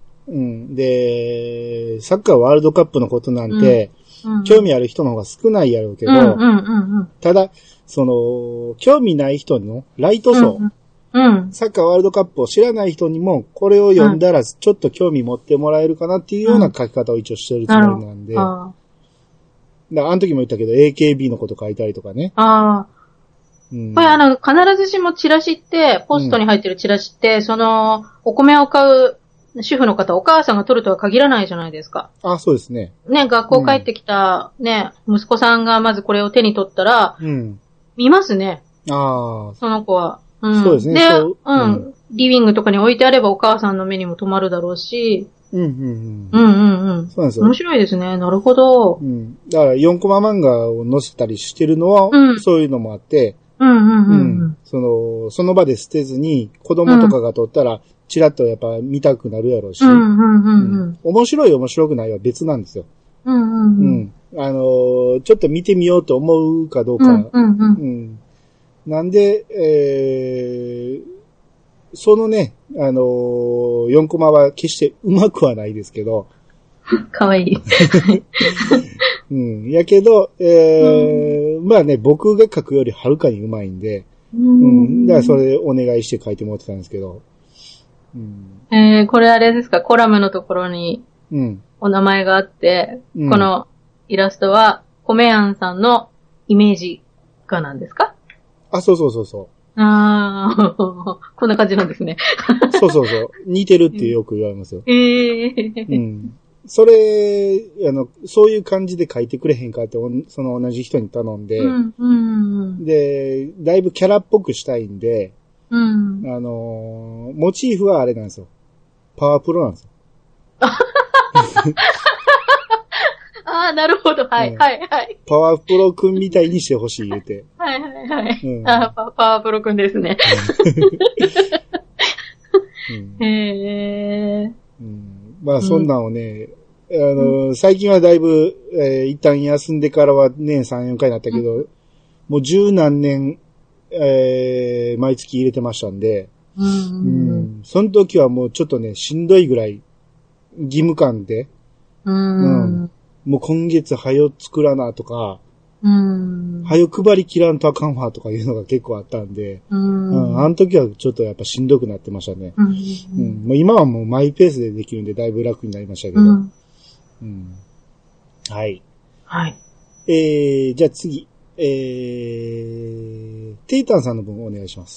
で、サッカーワールドカップのことなんて、興味ある人の方が少ないやろうけど、ただ、興味ない人のライト層、サッカーワールドカップを知らない人にも、これを読んだらちょっと興味持ってもらえるかなっていうような書き方を一応してるつもりなんで、あの時も言ったけど AKB のこと書いたりとかね。 これ必ずしもチラシって、ポストに入ってるチラシって、お米を買う、 主婦の方、お母さんが取るとは限らないじゃないですか。 あ、そうですね。 ね、学校帰ってきた、ね、息子さんがまずこれを手に取ったら、見ますね。 ああ。 その子は。 そうですね。 で、リビングとかに置いてあればお母さんの目にも留まるだろうし。そうなんですよ。面白いですね。なるほど。 だから4コマ漫画を載せたりしてるのは、そういうのもあって、その場で捨てずに子供とかが撮ったら、チラッとやっぱ見たくなるやろうし、面白い面白くないは別なんですよ。ちょっと見てみようと思うかどうか。なんで、そのね、4コマは決してうまくはないですけど。 かわいい。 やけど、まあね、僕が書くよりはるかにうまいんで、だからそれでお願いして書いてもらってたんですけど。 これあれですか、コラムのところに、お名前があって、このイラストは、米庵さんのイメージ画なんですか？ あ、そうそうそうそう。 こんな感じなんですね。 そうそうそう。似てるってよく言われますよ。それ、そういう感じで書いてくれへんかって、その同じ人に頼んで、で、だいぶキャラっぽくしたいんで、モチーフはあれなんですよ。パワープロなんですよ。 ああ、なるほど。はい、はい、はい。 パワープロくんみたいにしてほしい言うて。 はい、はい、はい。パワープロくんですね。 まあ、そんなんをね、最近はだいぶ、一旦休んでからは年3、4回になったけど、もう十何年、毎月入れてましたんで、その時はもうちょっとね、しんどいぐらい、義務感で、もう今月はよ作らなとか、はよ配り切らんとあかんわとかいうのが結構あったんで、あの時はちょっとやっぱしんどくなってましたね。もう今はもうマイペースでできるんでだいぶ楽になりましたけど。はい。 はい。 じゃあ次、テイタンさんの分お願いします。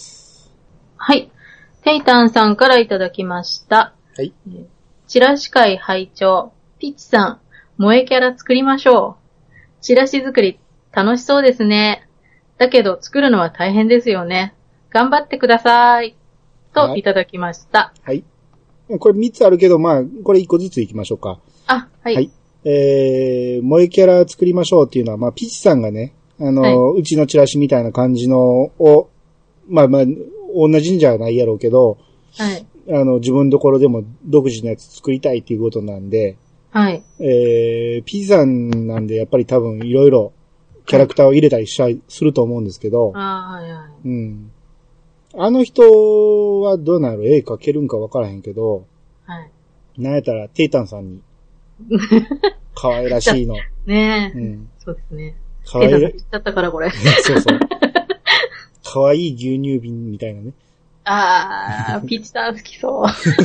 はい。テイタンさんからいただきました。 はい。 チラシ会拝聴。ピッチさん、萌えキャラ作りましょう。チラシ作り楽しそうですね。だけど作るのは大変ですよね。頑張ってください。といただきました。 はい。これ3つあるけど、まあ、これ1個ずついきましょうか。 あ、はい。はい。 萌えキャラ作りましょうっていうのは、まあ、ピチさんがね、うちのチラシみたいな感じのを、まあまあ、同じんじゃないやろうけど、 はい。 自分のところでも独自のやつ作りたいっていうことなんで、 はい。 ピザンなんでやっぱり多分いろいろキャラクターを入れたりすると思うんですけど、 はいはい。 あの人はどうなる絵描けるんかわからへんけど、 はい。 なんやったらテイタンさんに、可愛らしいの。 ねえ。そうですね。 可愛い。 テイタンさん言っちゃったからこれ。 そうそう。可愛い牛乳瓶みたいなね。 ピッチさん好きそう。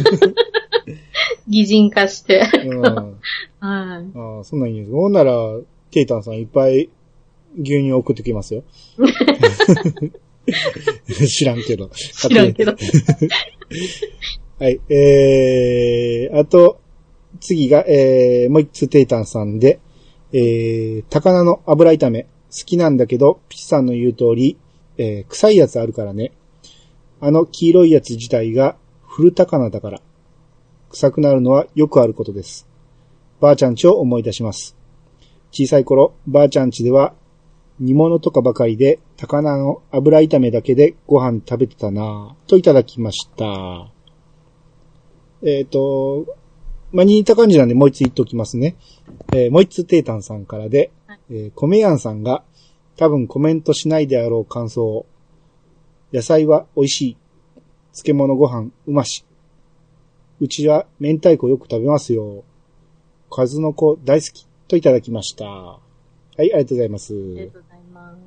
擬人化して。はい。 そんなんいいです。ほんなら、テイタンさんいっぱい牛乳送ってきますよ。知らんけど。 知らんけど。 はい。あと、次が、もう一つテイタンさんで、高菜の油炒め、好きなんだけど、ピチさんの言う通り、臭いやつあるからね。黄色いやつ自体が古高菜だから。臭くなるのはよくあることです。ばあちゃん家を思い出します。小さい頃、ばあちゃん家では煮物とかばかりで高菜の油炒めだけでご飯食べてたなぁといただきました。まあ、似た感じなんでもう一つ言っておきますね。もう一つテイタンさんからで、米やんさんが多分コメントしないであろう感想を。野菜は美味しい。漬物ご飯うまし。うちは明太子よく食べますよ。数の子大好きといただきました。はい、ありがとうございます。 ありがとうございます。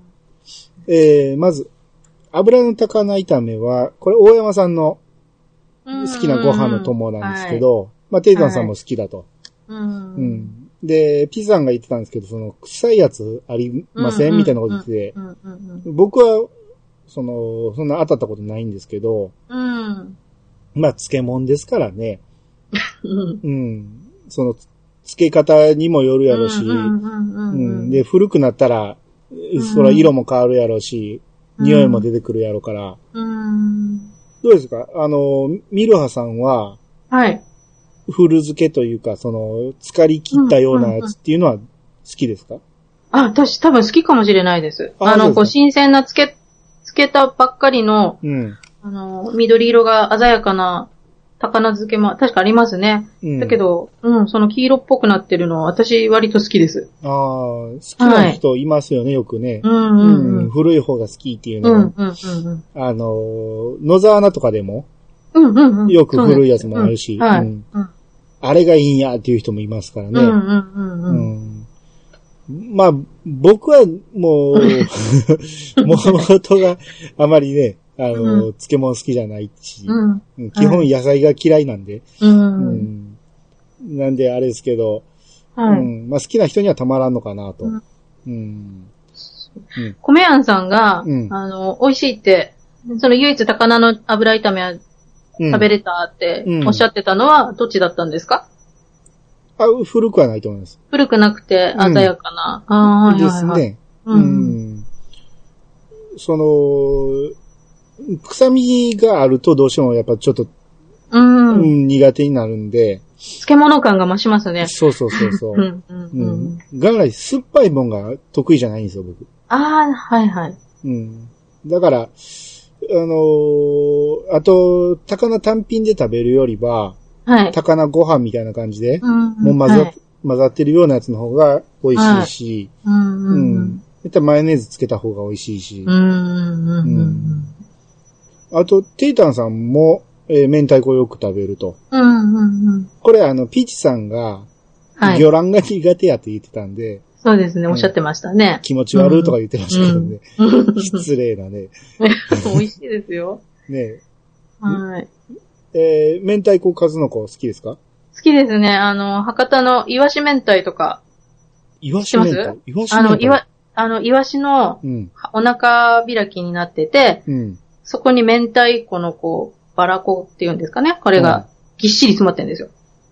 まず、油の高菜炒めは、これ大山さんの好きなご飯の友なんですけど、まあ、テイタンさんも好きだと。で、ピザンが言ってたんですけど、その、臭いやつありませんみたいなこと言ってて、僕は、そんな当たったことないんですけど、まあ、漬物ですからね。 うん。その、付け方にもよるやろし、で、古くなったら、そら色も変わるやろし、匂いも出てくるやろから。どうですかミルハさんは、 はい。 古漬けというか、その、浸かり切ったようなやつっていうのは好きですか？ 私多分好きかもしれないです。こう、新鮮な漬けたばっかりの、緑色が鮮やかな高菜漬けも確かありますね。だけど、その黄色っぽくなってるの私割と好きです。 好きな人いますよね、よくね。古い方が好きっていうのは。野沢菜とかでも、よく古いやつもあるし、あれがいいんやっていう人もいますからね。まあ、僕はもう、元があまりね、漬物好きじゃないし、基本野菜が嫌いなんで、なんであれですけど、まあ好きな人にはたまらんのかなと。 米庵さんが、美味しいって、その唯一高菜の油炒めは食べれたっておっしゃってたのはどっちだったんですか？ 古くはないと思います。 古くなくて鮮やかな。 ですね。その、臭みがあるとどうしてもやっぱちょっと、苦手になるんで。 漬物感が増しますね。 そう。元来酸っぱいもんが得意じゃないんですよ、僕。 はいはい。 だから、あと、高菜単品で食べるよりは、高菜ご飯みたいな感じで、もう混ざってるようなやつの方が美味しいし、マヨネーズつけた方が美味しいし、あと、テイタンさんも、明太子よく食べると。これピーチさんが、魚卵が苦手やって言ってたんで。 そうですね、おっしゃってましたね。 気持ち悪いとか言ってましたけどね。失礼なね。 美味しいですよ。 ねはい。 明太子数の子好きですか？ 好きですね。博多のイワシ明太とか。 イワシ明太？ イワシのお腹開きになってて、そこに明太子のこう、バラコっていうんですかね。これがぎっしり詰まってるんですよ。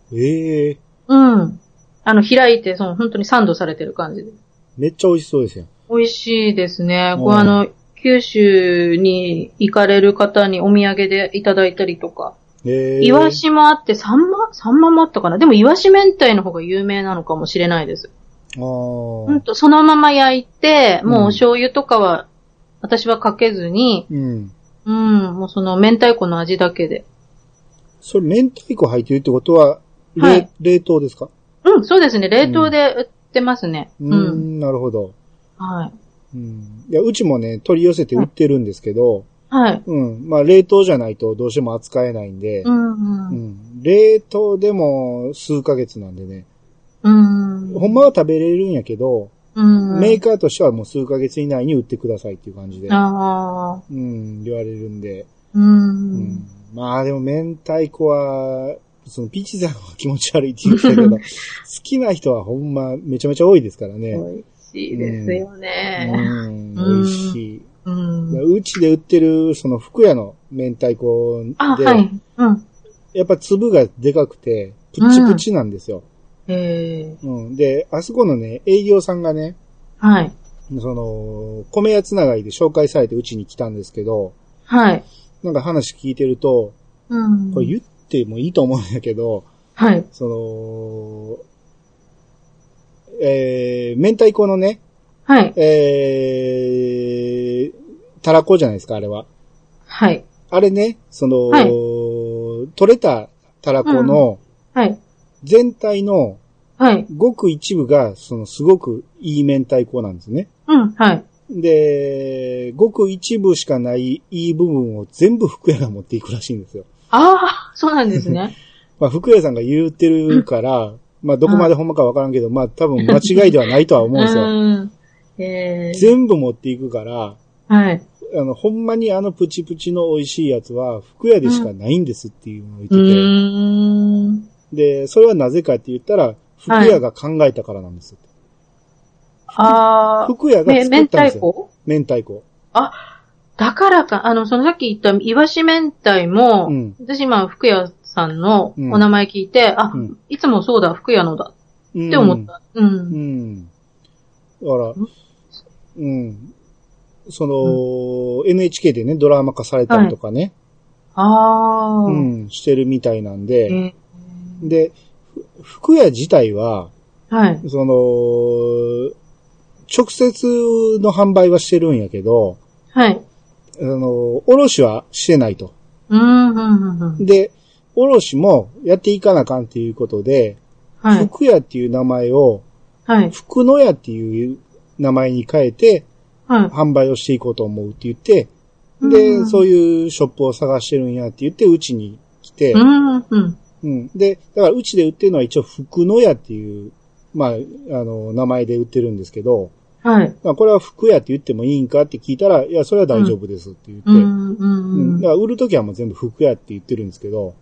開いて、本当にサンドされてる感じで。 めっちゃ美味しそうですよ。 美味しいですね。九州に行かれる方にお土産でいただいたりとか。イワシもあって、サンマもあったかな。でもイワシ明太の方が有名なのかもしれないです。そのまま焼いて、もうお醤油とかは、私はかけずに、もうその明太子の味だけで。 それ明太子入ってるってことは、冷凍ですか？ そうですね。冷凍で売ってますね。 なるほど。 はい。 いや、うちもね、取り寄せて売ってるんですけど、まあ、冷凍じゃないとどうしても扱えないんで、冷凍でも数ヶ月なんでね、ほんまは食べれるんやけど、メーカーとしてはもう数ヶ月以内に売ってくださいっていう感じで、言われるんで、まあでも明太子は、そのピーチさんは気持ち悪いって言ってたけど、好きな人はほんまめちゃめちゃ多いですからね。 美味しいですよね。 美味しい。うちで売ってるその福屋の明太子で、やっぱ粒がでかくて、プチプチなんですよ。で、あそこのね、営業さんがね、その、米屋つながりで紹介されてうちに来たんですけど、なんか話聞いてると、これ言ってもいいと思うんだけど、その、明太子のね、たらこじゃないですか、あれは。あれね、その、取れたたらこの、全体の、ごく一部が、その、すごくいい明太子なんですね。で、ごく一部しかないいい部分を全部福屋が持っていくらしいんですよ。 そうなんですね。 まあ、福屋さんが言ってるから、まあ、どこまでほんまかわからんけど、まあ、多分間違いではないとは思うんですよ。全部持っていくから、ほんまにプチプチの美味しいやつは、福屋でしかないんですっていうのを言ってて。で、それはなぜかって言ったら、福屋が考えたからなんですよ。福屋が作ったんですよ。明太子。だからか、そのさっき言ったイワシ明太も、私今福屋さんのお名前聞いて、いつもそうだ、福屋のだって思った。だから、 NHK でね、ドラマ化されたりとかね。してるみたいなんで、で、福屋自体は、直接の販売はしてるんやけど、卸はしてないと。で、卸もやっていかなあかんっていうことで、福屋っていう名前を、福野屋っていう名前に変えて、販売をしていこうと思うって言って、で、そういうショップを探してるんやって言って、うちに来て、で、だからうちで売ってるのは一応福野屋っていう、名前で売ってるんですけど、これは福屋って言ってもいいんかって聞いたら、いや、それは大丈夫ですって言って、だから売るときはもう全部福屋って言ってるんですけど、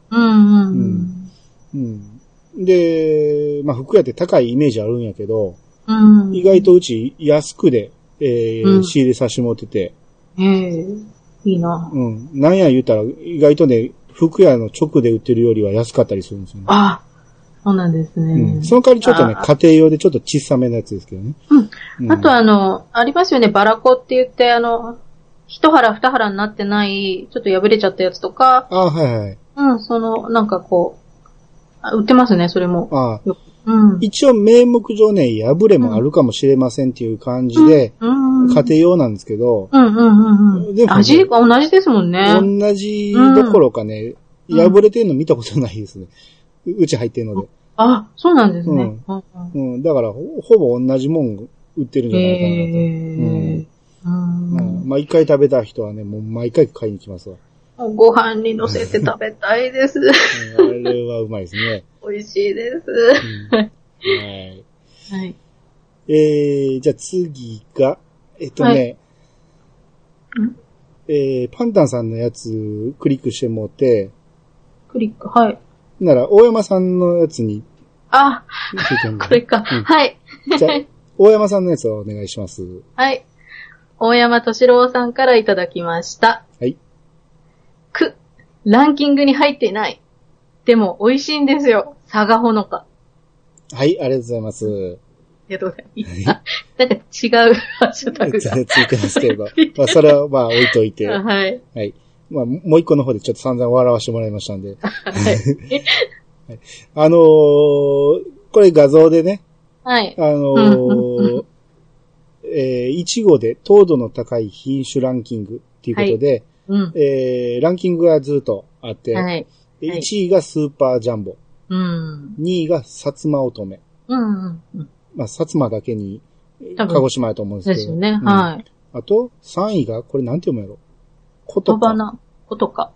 で、福屋って高いイメージあるんやけど、意外とうち安くで、仕入れさせてもらってて、 いいな。 なんや言うたら、意外とね、福屋の直で売ってるよりは安かったりするんですよね。 そうなんですね。 その代わりちょっとね、家庭用でちょっと小さめのやつですけどね。 あとありますよね、バラコって言って、一腹二腹になってない、ちょっと破れちゃったやつとか。なんかこう、売ってますね、それも。一応名目上ね、破れもあるかもしれませんっていう感じで、家庭用なんですけど、 でも味が同じですもんね。 同じどころかね、破れてるの見たことないですね。うち入ってるので。 そうなんですね。 だから、ほぼ同じもん売ってるんじゃないかなと。一回食べた人はね、もう毎回買いに来ますわ。 ご飯に乗せて食べたいです。 あれはうまいですね。 美味しいです。 じゃあ次が、パンタンさんのやつクリックしてもって、なら、大山さんのやつに。 これか。 じゃあ、大山さんのやつをお願いします。 大山敏郎さんからいただきました。ランキングに入っていない。でも、美味しいんですよ。佐賀ほのか。 ありがとうございます。 ありがとうございます。なんか違うハッシュタグが。 ついてますけど。それは置いといて。もう一個の方でちょっと散々笑わせてもらいましたんで。これ画像でね。いちごで糖度の高い品種ランキングっていうことで、ランキングがずっとあって、1位がスーパージャンボ、2位が薩摩乙女。薩摩だけに、鹿児島やと思うんですけど。 ですよね。あと、3位が、これなんて読むやろ？ことか。 ことか。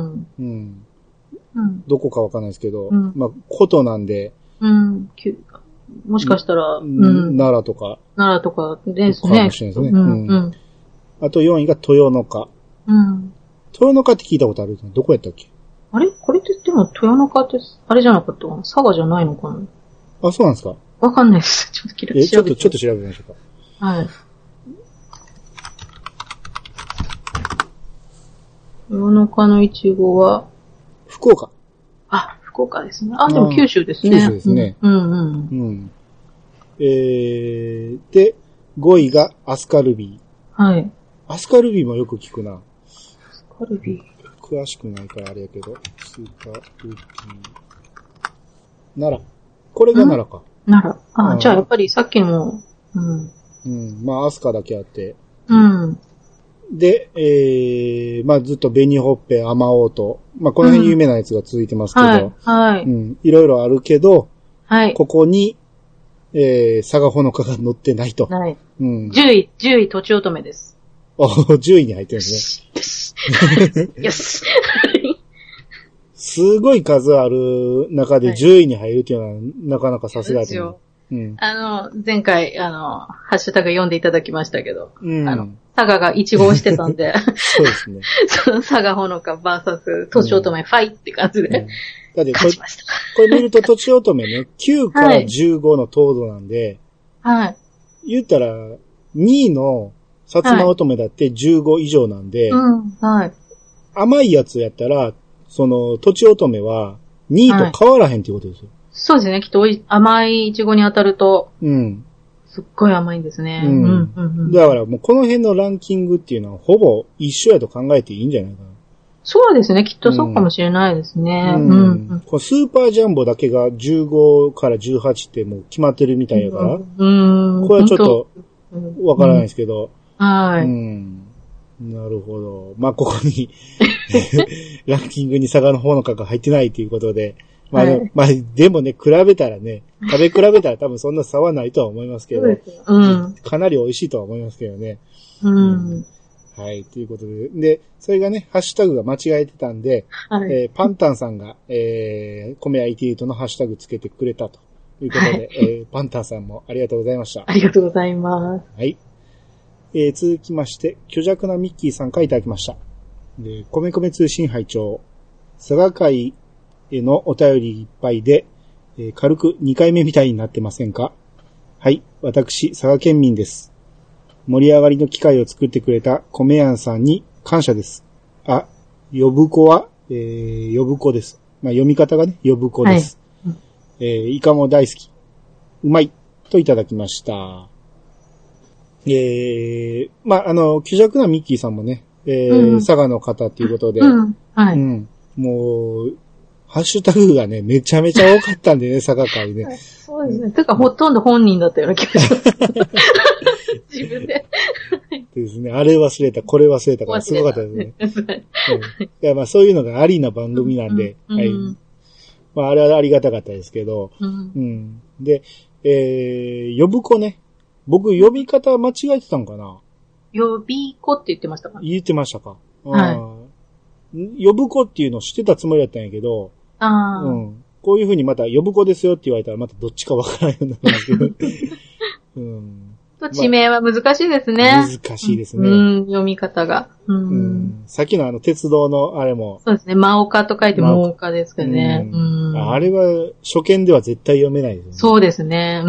どこかわかんないですけど、ことなんで、 もしかしたら、 奈良とかですね。 かもしれないですね。あと4位が豊の花。豊の花って聞いたことある？どこやったっけ？ あれこれって言っても豊の花って、あれじゃなかったかな？佐賀じゃないのかな？ そうなんですか？ わかんないです。ちょっとちょっと調べましょうか。 豊の花のいちごは、 福岡。 福岡ですね。でも九州ですね。 九州ですね。で、5位がアスカルビー。アスカルビーもよく聞くな。 アスカルビー。 詳しくないからあれやけど。スーパールビー。奈良。これが奈良か。 奈良。じゃあやっぱりさっきの、 アスカだけあって。で、ずっと紅ほっぺ、甘おうと。この辺有名なやつが続いてますけど。いろいろあるけど、ここに、佐賀ほのかが載ってないと。 10位、とちおとめです。 10位に入ってるんですね。 よし。 すごい数ある中で10位に入るっていうのはなかなかさすがですよ。 前回、ハッシュタグ読んでいただきましたけど、佐賀が1号してたんで、 そうですね。 その佐賀ほのかバーサス、とちおとめファイって感じで、勝ちました。 これ見るととちおとめね、9から15の糖度なんで、言ったら、2位の薩摩乙女だって15以上なんで、甘いやつやったら、その、とちおとめは 2位と変わらへんっていうことですよ。 そうですね。きっと甘いイチゴに当たると、 うん。 すっごい甘いんですね。 だからもうこの辺のランキングっていうのはほぼ一緒やと考えていいんじゃないかな。 そうですね。きっとそうかもしれないですね。 このスーパージャンボだけが15から18ってもう決まってるみたいやから。これはちょっとわからないですけど。 はい。 なるほど。まあ、ここにランキングに佐賀の方の価格入ってないということで。まあ、まあ、でもね、比べたらね、食べ比べたら多分そんな差はないとは思いますけど。かなり美味しいとは思いますけどね。はい、ということで。で、それがね、ハッシュタグが間違えてたんで、パンタンさんが、米屋88のハッシュタグつけてくれたということで、パンタンさんもありがとうございました。 ありがとうございます。 はい。続きまして、虚弱なミッキーさんからいただきました。で、米米通信拝聴佐賀会へのお便りいっぱいで、軽く2回目みたいになってませんか？はい、私、佐賀県民です。盛り上がりの機会を作ってくれた米屋さんに感謝です。あ、呼ぶ子は、呼ぶ子です。まあ、読み方がね、呼ぶ子です。イカも大好き。うまい。といただきました。まあ、虚弱なミッキーさんもね、佐賀の方っていうことで、 はい。 もう、ハッシュタグがね、めちゃめちゃ多かったんでね、佐賀会ね。 そうですね。てか、ほとんど本人だったような気がします。自分で。 ですね。あれ忘れた、これ忘れたからすごかったですね。いや、まあそういうのがありな番組なんで、はい。まああれはありがたかったですけど、で、呼ぶ子ね。僕、呼び方間違えてたんかな？ 呼び子って言ってましたか？ 言ってましたか？ はい。 呼ぶ子っていうのを知ってたつもりだったんやけど、こういう風にまた呼ぶ子ですよって言われたらまたどっちかわからないようになるんですけど。 地名は難しいですね。 難しいですね。 読み方が。 さっきの鉄道のあれも。 そうですね。真岡と書いて真岡ですけどね。 あれは初見では絶対読めないですね。 そうですね。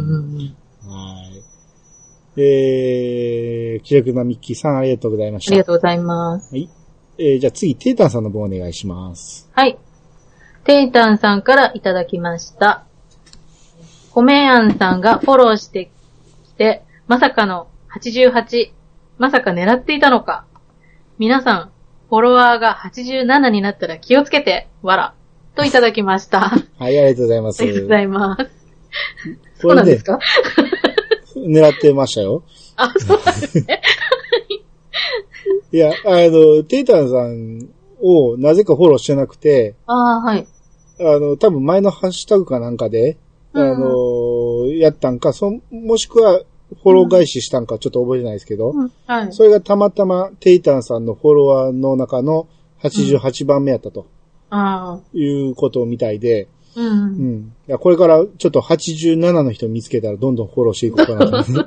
気力なミッキーさんありがとうございました。 ありがとうございます。 はい。じゃあ次、テータンさんの分お願いします。 はい。テータンさんからいただきました。米やんさんがフォローしてきて、まさかの88、まさか狙っていたのか。皆さん、フォロワーが87になったら気をつけて、わら。といただきました。 はい、ありがとうございます。 ありがとうございます。そうなんですか？ 狙ってましたよ。 あ、そうですね。 いや、テータンさんをなぜかフォローしてなくて、 はい。 多分前のハッシュタグかなんかで、やったんか、もしくはフォロー返ししたんかちょっと覚えてないですけど、 はい。 それがたまたまテータンさんのフォロワーの中の88番目やったと。いうことみたいで、いや、これからちょっと87の人見つけたらどんどんフォローしていこうかなと。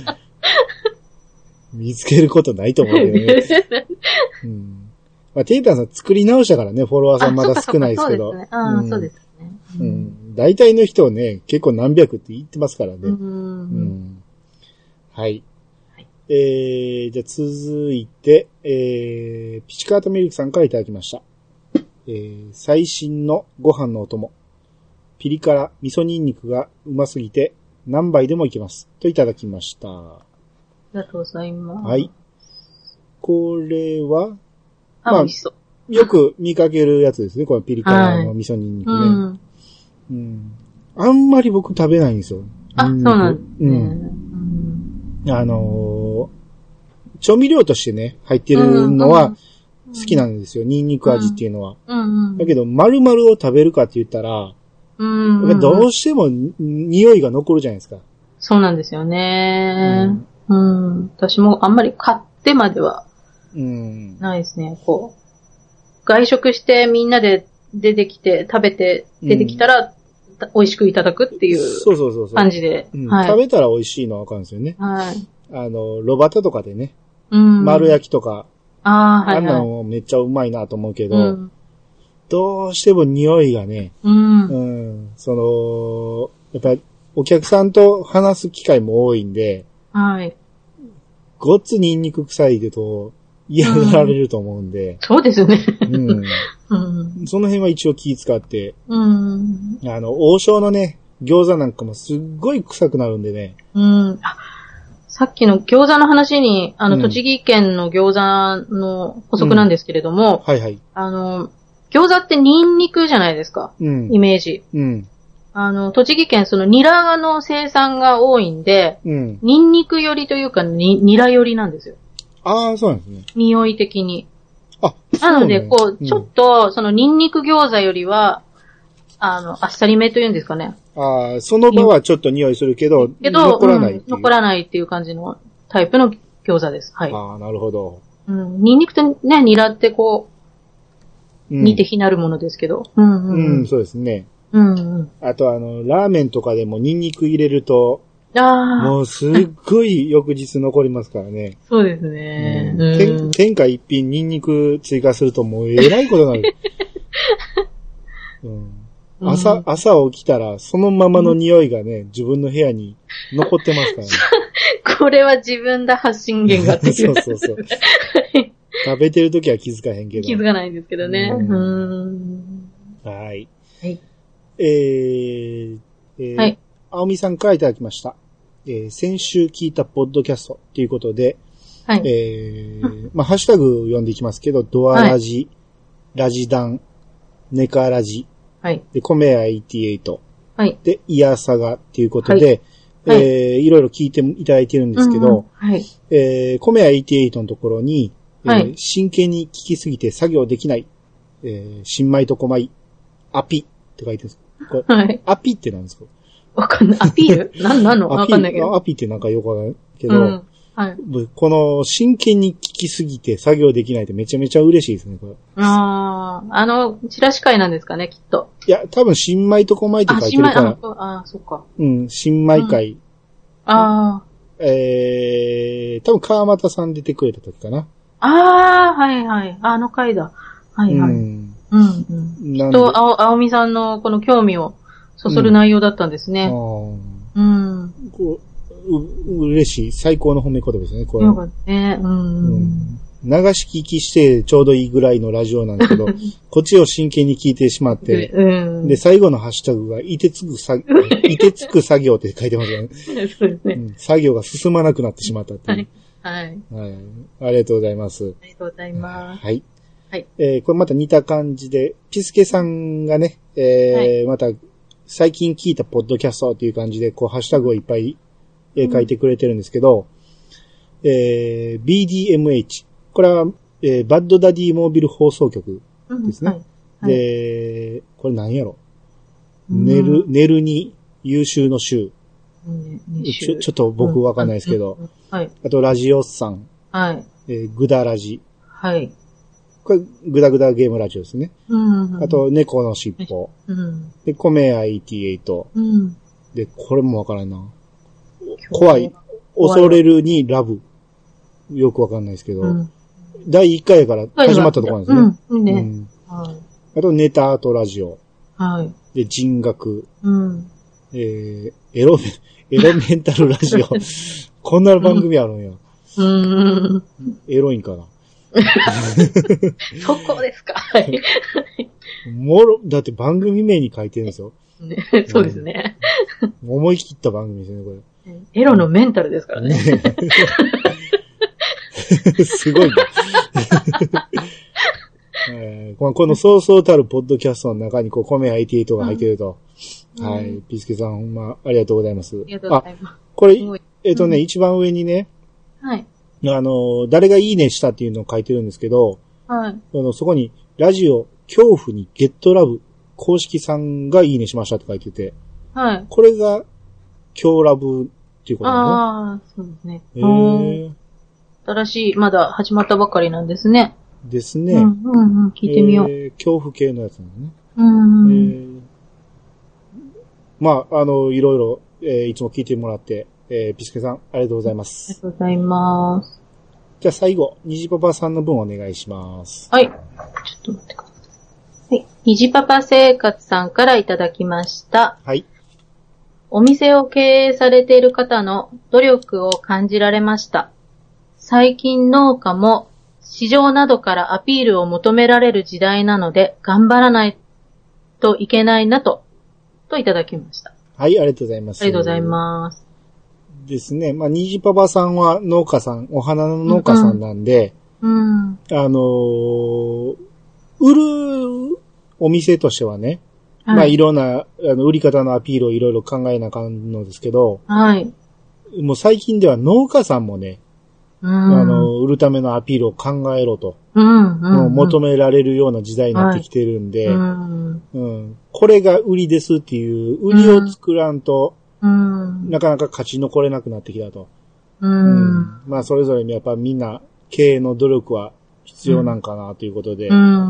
見つけることないと思うけどね。まあ、テイタンさん作り直したからね、フォロワーさんまだ少ないですけど。 そうですね。 大体の人をね、結構何百って言ってますからね。はい。じゃあ続いて、ピチカートミルクさんからいただきました。最新のご飯のお供。ピリ辛味噌ニンニクがうますぎて何杯でもいけます。といただきました。 ありがとうございます。 はい。これは、 美味しそう。 よく見かけるやつですね。このピリ辛の味噌ニンニクね。あんまり僕食べないんですよ。 そうなんですね。 調味料としてね、入ってるのは好きなんですよ。ニンニク味っていうのは。だけど、丸々を食べるかって言ったら、どうしても匂いが残るじゃないですか。 そうなんですよね。私もあんまり買ってまではないですね。こう、外食してみんなで出てきて食べて出てきたら、美味しくいただくっていう感じで。 食べたら美味しいのはわかるんですよね。ロバタとかでね、丸焼きとか、あんなのめっちゃうまいなと思うけど、どうしても匂いがね、やっぱりお客さんと話す機会も多いんで、ごっつニンニク臭いでと嫌がられると思うんで。 そうですね。 その辺は一応気使って、 うん。 王将のね、餃子なんかもすっごい臭くなるんでね。 うん。さっきの餃子の話に、栃木県の餃子の補足なんですけれども、 はいはい。 餃子ってニンニクじゃないですか。 うん。 イメージ。 うん。 栃木県ニラの生産が多いんで、 うん。 ニンニク寄りというか、ニラ寄りなんですよ。 ああ、そうなんですね。 匂い的に。 あ、 なので、ちょっと、ニンニク餃子よりは、あっさりめというんですかね。 ああ、その場はちょっと匂いするけど、残らない、 残らないっていう感じのタイプの餃子です。はい。 ああ、なるほど。 ニンニクとね、ニラって似て非なるものですけど。 そうですね。あとラーメンとかでもニンニク入れると、もうすっごい翌日残りますからね。 そうですね。 天下一品ニンニク追加するともうえらいことになる。朝起きたらそのままの匂いがね、自分の部屋に残ってますからね。 これは自分だ発信源がっていう。 そう。食べてるときは気づかへんけど。 気づかないんですけどね。 はい。 はい。 はい。青みさんからいただきました。先週聞いたポッドキャストということで、 はい。 ハッシュタグ読んでいきますけど、ドアラジ、ラジダン、ネカラジ、 はい。 で、コメア88、 はい。 で、イヤサガっていうことで、いろいろ聞いていただいてるんですけど、 はい。 コメア88のところに、 はい。 真剣に聞きすぎて作業できない、新米と小米、アピって書いてるんです。 はい。 アピって何ですか？ わかんない。アピール何のわかんないけど。 アピってなんかよくわかんないけど、 はい。 この真剣に聞きすぎて作業できないってめちゃめちゃ嬉しいですね、これ。 チラシ会なんですかね、きっと。 いや、多分新米と小米って書いてるから。 そっか。 新米会。多分川又さん出てくれた時かな。 はいはい。あの回だ。はいはい。きっと、青みさんのこの興味をそそる内容だったんですね。 嬉しい。最高の褒め言葉ですね、これ。 よかったね。 流し聞きしてちょうどいいぐらいのラジオなんですけど、こっちを真剣に聞いてしまって、で、最後のハッシュタグが、いてつく作業って書いてますよね。 そうですね。 作業が進まなくなってしまったっていう。 はい。 ありがとうございます。 ありがとうございます。 はい。 はい。 これまた似た感じで、ピスケさんがね、また、最近聞いたポッドキャストっていう感じで、ハッシュタグをいっぱい、書いてくれてるんですけど、BDMH。これは、バッドダディモービル放送局ですね。で、これ何やろ？寝るに優秀の週。ちょっと僕わかんないですけど。 はい。 あと、ラジオスさん。 はい。 グダラジ。 はい。 これ、グダグダゲームラジオですね。あと、猫のしっぽ。で、コメア88。で、これもわからんな。怖い。恐れるにラブ。よくわかんないですけど。第1回から始まったところなんですね。あと、ネタアートラジオ。 はい。 で、人学。エロメンタルラジオ。こんな番組あるんや。エロいんかな。 そこですか。 だって番組名に書いてるんですよ。 そうですね。 思い切った番組ですね、これ。 エロのメンタルですからね。 すごいね。このそうそうたるポッドキャストの中にコメ88が入ってると。はい。ピスケさん、ほんま、ありがとうございます。 ありがとうございます。 これ、一番上にね、 はい。 誰がいいねしたっていうのを書いてるんですけど、 はい。 そこに、ラジオ、恐怖にゲットラブ、公式さんがいいねしましたって書いてて、 はい。 これが、今日ラブっていうことだね。そうですね。新しい、まだ始まったばかりなんですね。 ですね。 聞いてみよう。 恐怖系のやつなんだね。まあ、いろいろ、いつも聞いてもらって、ピスケさん、ありがとうございます。 ありがとうございます。 じゃあ最後、虹パパさんの分お願いします。 はい。ちょっと待ってください。はい。虹パパ生活さんからいただきました。 はい。 お店を経営されている方の努力を感じられました。最近農家も市場などからアピールを求められる時代なので、頑張らないといけないなといただきました。 はい、ありがとうございます。 ありがとうございます。 ですね。まあ、虹パパさんは農家さん、お花の農家さんなんで、売るお店としてはね、はい、まあ、いろんな、売り方のアピールをいろいろ考えなあかんのですけど、はい。もう最近では農家さんもね、売るためのアピールを考えろと、求められるような時代になってきてるんで、これが売りですっていう売りを作らんと、なかなか勝ち残れなくなってきたと。まあそれぞれにやっぱみんな経営の努力は必要なんかなということで、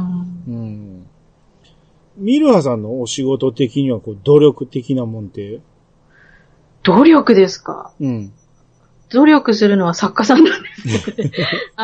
ミルハさんのお仕事的にはこう努力的なもんって、 努力ですか？努力するのは作家さんなんですね。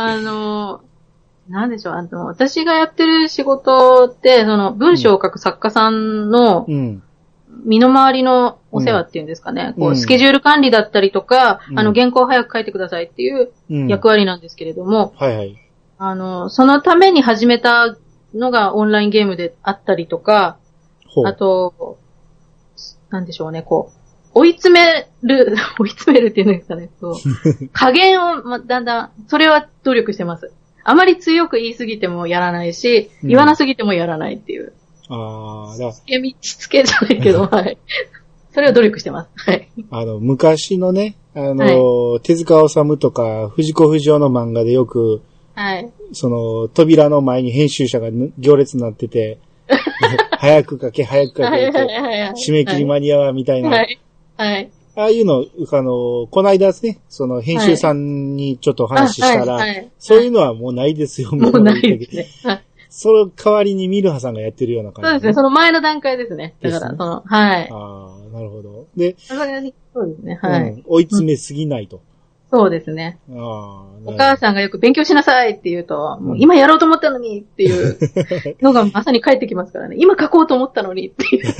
なんでしょう、私がやってる仕事って、文章を書く作家さんの、身の回りのお世話っていうんですかね。こう、スケジュール管理だったりとか、原稿を早く書いてくださいっていう役割なんですけれども、はいはい。そのために始めたのがオンラインゲームであったりとか、あと、なんでしょうね、こう、追い詰めるっていうんですかね。加減を、だんだん、それは努力してます。あまり強く言いすぎてもやらないし、言わなすぎてもやらないっていう。しつけじゃないけど、はい。それを努力してます。はい。 昔のね、手塚治虫とか、藤子不二雄の漫画でよく、はい。扉の前に編集者が行列になってて、早く書け、早く書けって、締め切り間に合わみたいな。はい。はい。ああいうの、この間ですね、編集さんにちょっとお話ししたら、そういうのはもうないですよ、 もうないですね。はい。 その代わりにミルハさんがやってるような感じ、 そうですね、その前の段階ですね。だから、はい。 ああ、なるほど。で、 そうですね、はい。 追い詰めすぎないと。 そうですね。お母さんがよく勉強しなさいって言うと、もう今やろうと思ったのにっていうのがまさに返ってきますからね。今書こうと思ったのにっていう。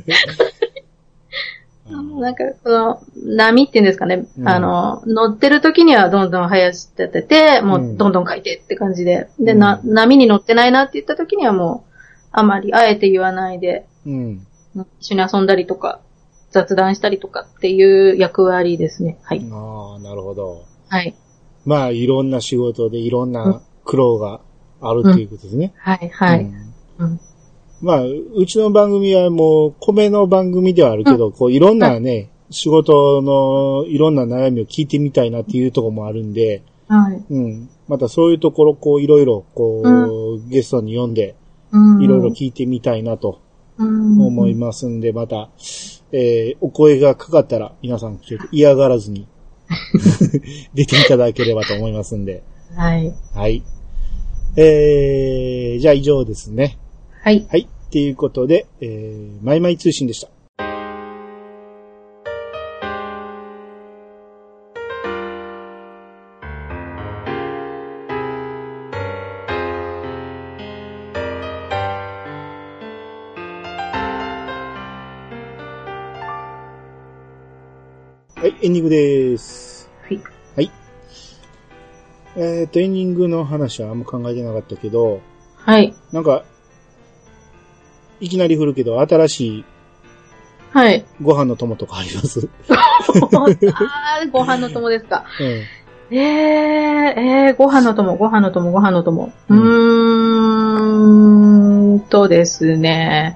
なんか、波っていうんですかね。乗ってる時にはどんどん生やしてて、もうどんどん書いてって感じで。で、波に乗ってないなって言った時にはもう、あまりあえて言わないで、一緒に遊んだりとか、雑談したりとかっていう役割ですね。はい。 ああ、なるほど。 はい。 まあ、いろんな仕事でいろんな苦労があるっていうことですね。 はい、はい。 まあ、うちの番組はもう、米の番組ではあるけど、こう、いろんなね、仕事のいろんな悩みを聞いてみたいなっていうところもあるんで、はい。またそういうところ、こう、いろいろ、こう、ゲストに呼んで、いろいろ聞いてみたいなと、思いますんで、また、お声がかかったら、皆さん、ちょっと嫌がらずに、出ていただければと思いますんで。 はい。 はい。じゃあ以上ですね。 はい。 はい。ということで、マイマイ通信でした。はい、エンディングです。 はい。 はい。エンディングの話はあんま考えてなかったけど、 はい。 なんか、いきなり振るけど、新しい、 はい。 ご飯の友とかあります？ ご飯の友ですか。ご飯の友。ですね。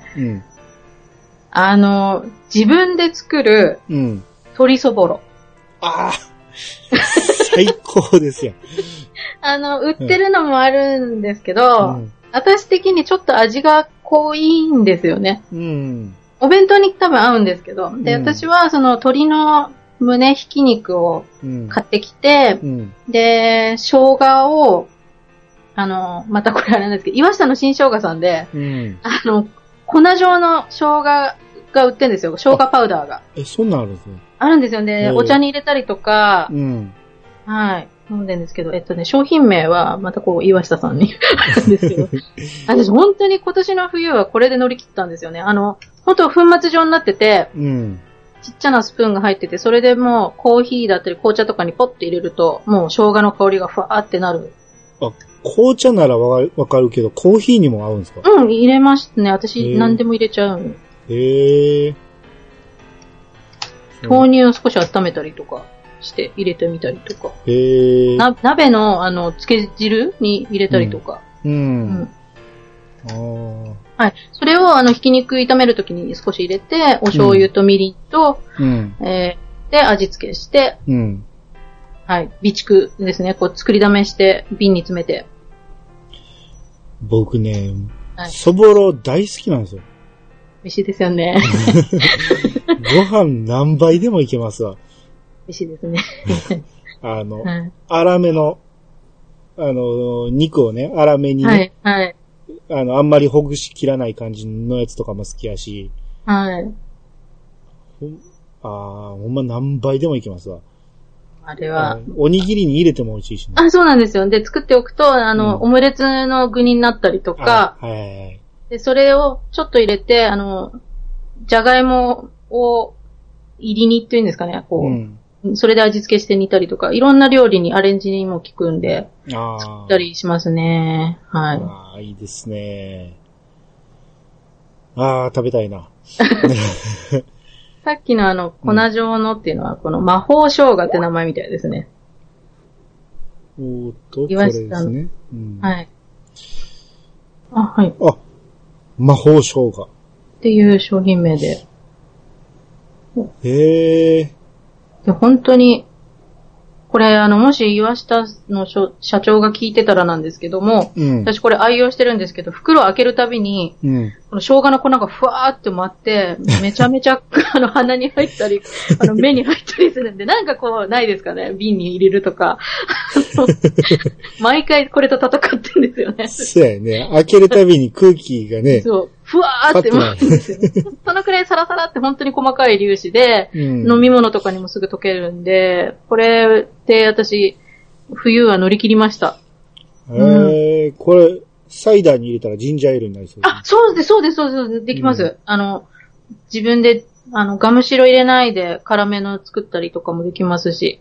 自分で作る、鶏そぼろ。 ああ、最高ですよ。 売ってるのもあるんですけど、私的にちょっと味が濃いんですよね。お弁当に多分合うんですけど。で、私はその鶏の胸ひき肉を買ってきて、で、生姜を、またこれあれなんですけど、岩下の新生姜さんで、粉状の生姜が売ってるんですよ。生姜パウダーが。 そんなんあるんですね。 あるんですよね。お茶に入れたりとか、はい。飲んでるんですけど、商品名は、またこう、岩下さんにあるんですけど。私、本当に今年の冬はこれで乗り切ったんですよね。本当粉末状になってて、ちっちゃなスプーンが入ってて、それでもう、コーヒーだったり紅茶とかにポッて入れると、もう生姜の香りがふわーってなる。 紅茶ならわかるけど、コーヒーにも合うんですか？ うん、入れますね。私、何でも入れちゃう。豆乳を少し温めたりとかして入れてみたりとか。鍋の、漬け汁に入れたりとか。はい。それを、ひき肉炒めるときに少し入れて、お醤油とみりんと、で、味付けして、はい。備蓄ですね。こう、作りだめして、瓶に詰めて。 僕ね、そぼろ大好きなんですよ。 美味しいですよね。 ご飯何杯でもいけますわ。 美味しいですね。 粗めの、肉をね、粗めにね、あんまりほぐしきらない感じのやつとかも好きやし、 はい。 ほんま何杯でもいけますわ。 あれは。 おにぎりに入れても美味しいしね。 そうなんですよ。で、作っておくと、オムレツの具になったりとか、で、それをちょっと入れて、じゃがいもを入り煮っていうんですかね、こう、それで味付けして煮たりとか、いろんな料理にアレンジにも効くんで、作ったりしますね。はい。 いいですね。食べたいな。 さっきの粉状のっていうのは、この魔法生姜って名前みたいですね。 これですね。 はい。はい。 魔法生姜。 っていう商品名で。 で、 本当に、これ、もし岩下の社長が聞いてたらなんですけども、私これ愛用してるんですけど、袋を開けるたびに、この生姜の粉がふわーって舞って、めちゃめちゃ、鼻に入ったり、目に入ったりするんで、なんかこう、ないですかね、瓶に入れるとか。毎回これと戦ってるんですよね。 そうやね。開けるたびに空気がね、 そう。ふわーって舞ってるんですよね。そのくらいサラサラって本当に細かい粒子で、飲み物とかにもすぐ溶けるんで、これで私、冬は乗り切りました。 これ、サイダーに入れたらジンジャーエールになりそうですね。 そうです。できます。自分で、ガムシロ入れないで辛めの作ったりとかもできますし。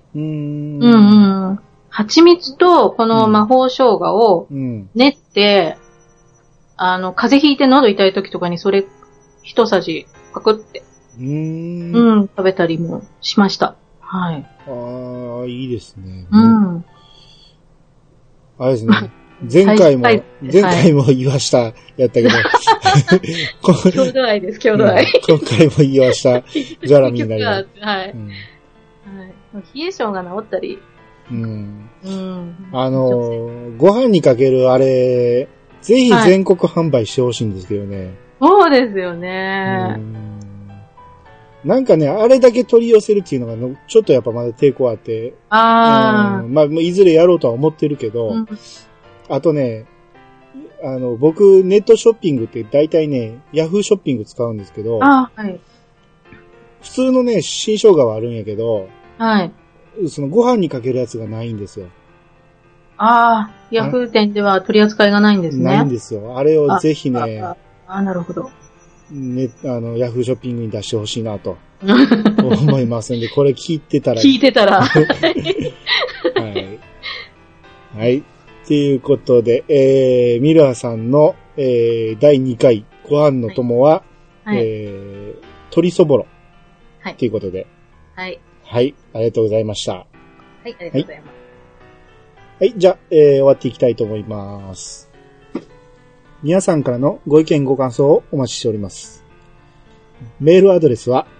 蜂蜜とこの魔法生姜を練って、風邪ひいて喉痛い時とかにそれ一さじパクって、食べたりもしました。はい。 いいですね。あれですね。前回も岩下やったけど。 郷土愛です、郷土愛。 今回も岩下絡みになります。 はい。冷え性が治ったり。 ご飯にかけるあれ、ぜひ全国販売してほしいんですけどね。 そうですよね。 なんかね、あれだけ取り寄せるっていうのが、ちょっとやっぱまだ抵抗あって。いずれやろうとは思ってるけど、あとね、僕、ネットショッピングって大体ね、ヤフーショッピング使うんですけど、普通のね、新生姜はあるんやけど、そのご飯にかけるやつがないんですよ。 ヤフー店では取り扱いがないんですね。 ないんですよ。あれをぜひね、 なるほど。 ね、ヤフーショッピングに出してほしいなと思いますんで、これ聞いてたら。はい。はい。ということで、ミラーさんの、第2回ご飯の友は、鶏そぼろ。ということで。はい。はい。ありがとうございました。はい、ありがとうございます。はい、じゃあ、終わっていきたいと思います。皆さんからのご意見ご感想をお待ちしております。メールアドレスは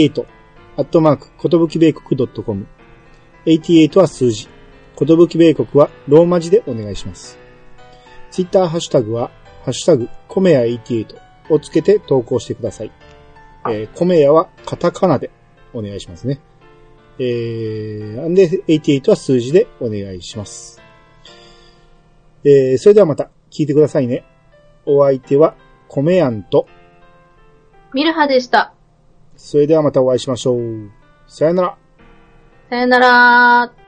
88@kotobukibeikoku.com 88は数字。ことぶき米国はローマ字でお願いします。ツイッターハッシュタグは、ハッシュタグ、コメヤ88をつけて投稿してください。コメヤはカタカナでお願いしますね。で、88は数字でお願いします。それではまた聞いてくださいね。お相手はコメヤンとミルハでした。 それではまたお会いしましょう。さよなら。 さよなら。